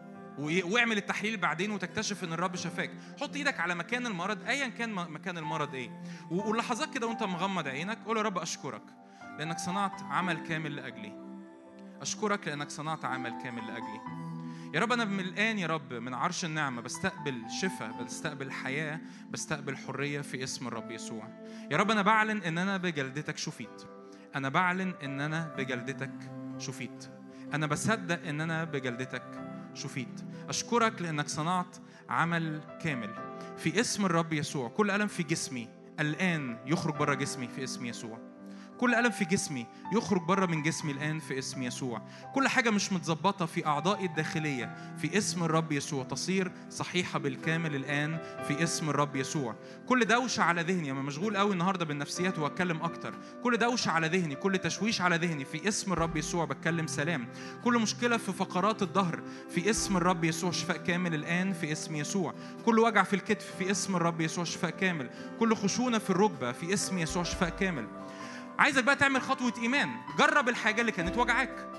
واعمل التحليل بعدين وتكتشف ان الرب شفاك. حط ايدك على مكان المرض ايا كان مكان المرض ايه، ولحظات كده وانت مغمض عينك قول يا رب اشكرك لانك صنعت عمل كامل لاجلي. اشكرك لانك صنعت عمل كامل لاجلي. يا رب انا من الان يا رب من عرش النعمه بستقبل شفاء، بستقبل حياه، بستقبل حريه في اسم الرب يسوع. يا رب انا بعلن ان انا بجلدتك شفيت. انا بعلن ان انا بجلدتك شفيت. انا بصدق ان انا بجلدتك شفيت. أشكرك لأنك صنعت عمل كامل في اسم الرب يسوع. كل ألم في جسمي الآن يخرج برا جسمي في اسم يسوع. كل ألم في جسمي يخرج برا من جسمي الآن في اسم يسوع. كل حاجة مش متظبطة في أعضائي الداخلية في اسم الرب يسوع تصير صحيحة بالكامل الآن في اسم الرب يسوع. كل دوشة على ذهني، أنا مشغول قوي النهاردة بالنفسيات وأتكلم أكتر. كل دوشة على ذهني، كل تشويش على ذهني في اسم الرب يسوع بتكلم سلام. كل مشكلة في فقرات الظهر في اسم الرب يسوع شفاء كامل الآن في اسم يسوع. كل وجع في الكتف في اسم الرب يسوع شفاء كامل. كل خشونة في الركبة في اسم يسوع شفاء كامل. عايزك بقى تعمل خطوة إيمان. جرب الحاجة اللي كانت وجعاك.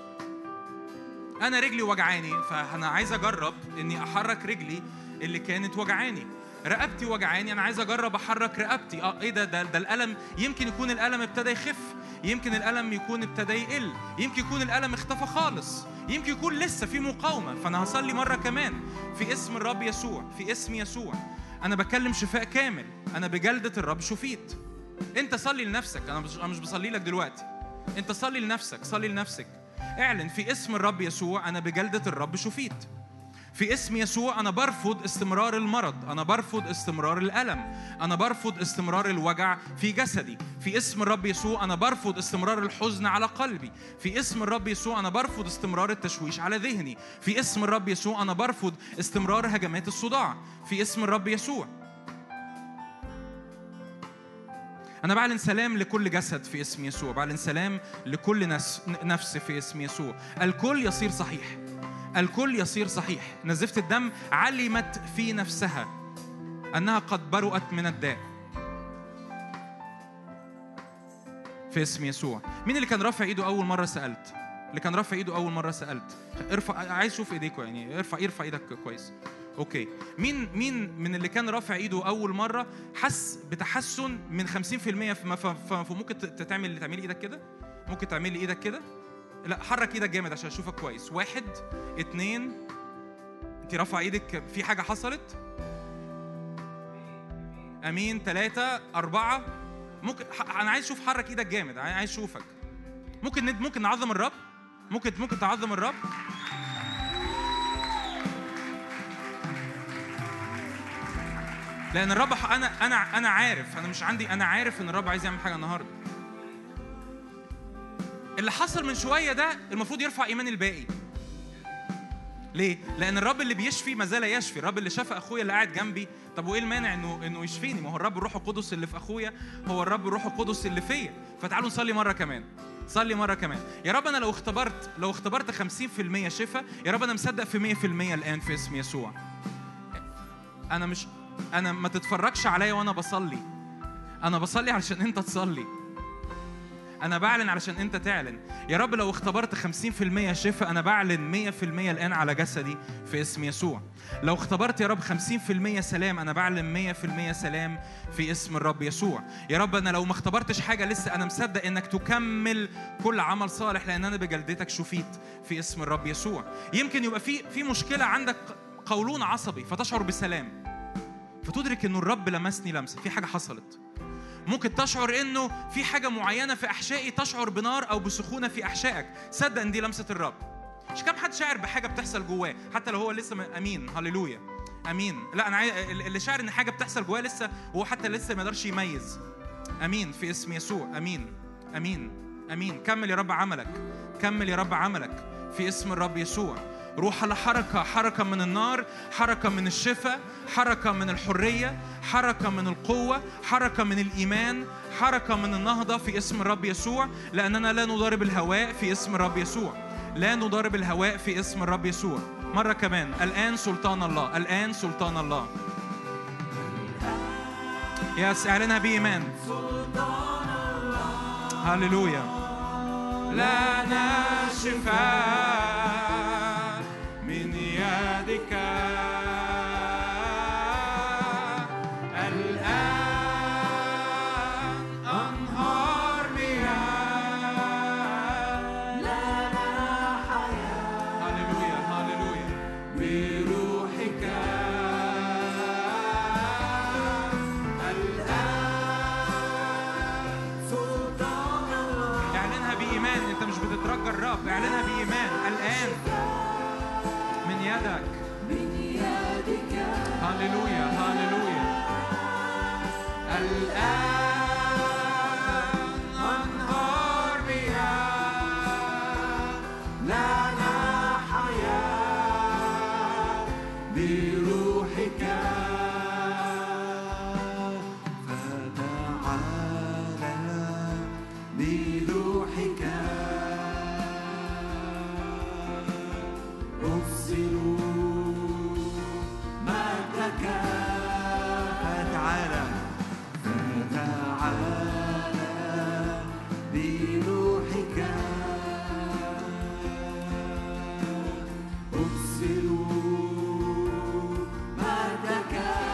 أنا رجلي وجعاني، فأنا عايز أجرب إني أحرك رجلي اللي كانت وجعاني. رقبتي وجعاني، أنا عايز أجرب أحرك رقبتي. إيه ده الألم يمكن يكون الألم ابتدى يخف، يمكن الألم يكون ابتدى يقل، يمكن يكون الألم اختفى خالص، يمكن يكون لسه في مقاومة. فأنا هصلي مرة كمان في اسم الرب يسوع. في اسم يسوع أنا بكلم شفاء كامل. أنا بجلدة الرب شفيت. انت صلي لنفسك، انا مش بصلي لك دلوقتي. انت صلي لنفسك، صلي لنفسك. اعلن في اسم الرب يسوع انا بجلدة الرب شفيت. في اسم يسوع انا برفض استمرار المرض، انا برفض استمرار الالم، انا برفض استمرار الوجع في جسدي. في اسم الرب يسوع انا برفض استمرار الحزن على قلبي. في اسم الرب يسوع انا برفض استمرار التشويش على ذهني. في اسم الرب يسوع انا برفض استمرار هجمات الصداع. في اسم الرب يسوع أنا بعلن سلام لكل جسد في اسم يسوع. بعلن سلام لكل نفس في اسم يسوع. الكل يصير صحيح، الكل يصير صحيح. نزفت الدم علمت في نفسها أنها قد برؤت من الداء في اسم يسوع. مين اللي كان رافع إيده أول مرة سألت؟ اللي كان رافع إيده أول مرة سألت ارفع. عايز أشوف إيديكوا، يعني ارفع إيدك كويس. اوكي. مين من اللي كان رافع ايده اول مره حس بتحسن من 50% فممكن تعملي ايدك كده؟ ممكن تعملي ايدك كده؟ لا، حرك ايدك جامد عشان اشوفك كويس. 1 2. انت رافع ايدك، في حاجه حصلت؟ امين. 3 4. ممكن انا عايز اشوف، حرك ايدك جامد، عايز اشوفك. ممكن نعظم الرب. ممكن تعظم الرب. لأن الرب أنا عارف، أنا مش عندي، أنا عارف إن الرب عايز يعمل حاجة النهاردة. اللي حصل من شوية ده المفروض يرفع إيمان الباقي. ليه؟ لأن الرب اللي بيشفي ما زال يشفي. الرب اللي شفى أخويا اللي قاعد جنبي، طب وإيه المانع إنه يشفيني؟ ما هو الرب الروح القدس اللي في أخويا هو الرب الروح القدس اللي فيا. فتعالوا نصلي مرة كمان. صلي مرة كمان. يا رب أنا لو اختبرت 50% شفاء، يا رب أنا مصدق في 100% الآن في اسم يسوع. أنا ما تتفرجش عليا وأنا بصلي. أنا بصلي علشان أنت تصلي. أنا بعلن علشان أنت تعلن. يا رب لو اختبرت 50% شفاء، أنا بعلن 100% الآن على جسدي في اسم يسوع. لو اختبرت يا رب 50% سلام، أنا بعلن 100% سلام في اسم الرب يسوع. يا رب أنا لو ما اختبرتش حاجة لسه، أنا مصدق إنك تكمل كل عمل صالح، لأن أنا بجلدتك شفيت في اسم الرب يسوع. يمكن يبقى في مشكلة عندك، قولون عصبي، فتشعر بسلام، فتدرك إنه الرب لمسني لمسة، في حاجة حصلت. ممكن تشعر إنه في حاجة معينة في أحشائي، تشعر بنار أو بسخونة في أحشائك، صدق إن دي لمسة الرب. مش كم حد شاعر بحاجة بتحصل جواه حتى لو هو لسه أمين؟ هللويا أمين. لا، أنا اللي شاعر إن حاجة بتحصل جواه لسه، وهو حتى لسه ما يقدرش يميز. أمين في اسم يسوع. أمين أمين أمين. كمل يا رب عملك، كمل يا رب عملك في اسم الرب يسوع. روح على حركة من النار، حركة من الشفاء، حركة من الحرية، حركة من القوة، حركة من الإيمان، حركة من النهضة في اسم الرب يسوع. لأننا لا نضارب الهواء في اسم الرب يسوع. لا نضارب الهواء في اسم الرب يسوع. مرة كمان. الآن سلطان الله، الآن سلطان الله. يس، اعلنها بإيمان. هاليلويا. لنا شفاء من يدك الآن، أنهار مياه، لنا حياة. هاليلويا هاليلويا. بروحك الآن سلطان الله. اعلنها بإيمان. أنت مش بتترجى الرب، اعلنها بإيمان. الآن من يدك، من يدك هاليلويا هاليلويا. الآن أنهار مياه، لنا حياة بروحك. فتعالى بروحك أفصل مجدك. فتعالى بروحك أفصل مجدك.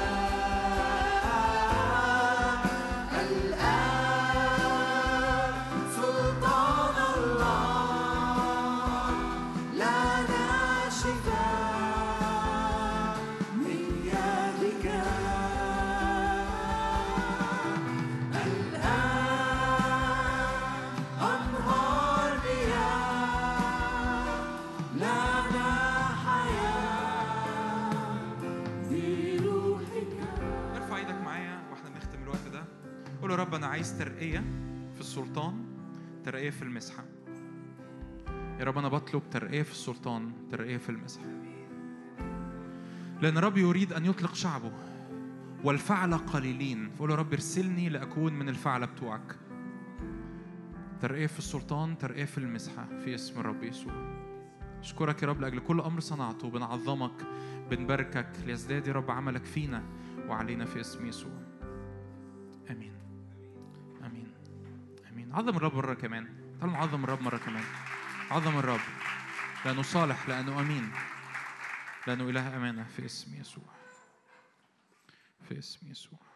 الآن سلطان الله، لنا شفاء من يدك. الآن أنهار مياه، لنا حياة بروحك. ارفع ايدك معايا واحنا بنختم الوقت ده. قول يا رب أنا عايز ترقية في السلطان، ترقية في المسحة. يا رب أنا بطلب ترقية في السلطان، ترقية في المسحة. لأن الرب يريد أن يطلق شعبه، والفعل قليلين. فقول يا رب ارسلني لأكون من الفعل بتوعك. ترقية في السلطان، ترقية في المسحة في اسم الرب يسوع. أشكرك يا رب لأجل كل أمر صنعته. بنعظمك، بنباركك ليزداد يا رب عملك فينا وعلينا في اسم يسوع. آمين آمين آمين. عظم الرب مرة كمان. تعالوا نعظم الرب مرة كمان. عظم الرب لأنه صالح، لأنه أمين، لأنه إله أمانة في اسم يسوع، في اسم يسوع.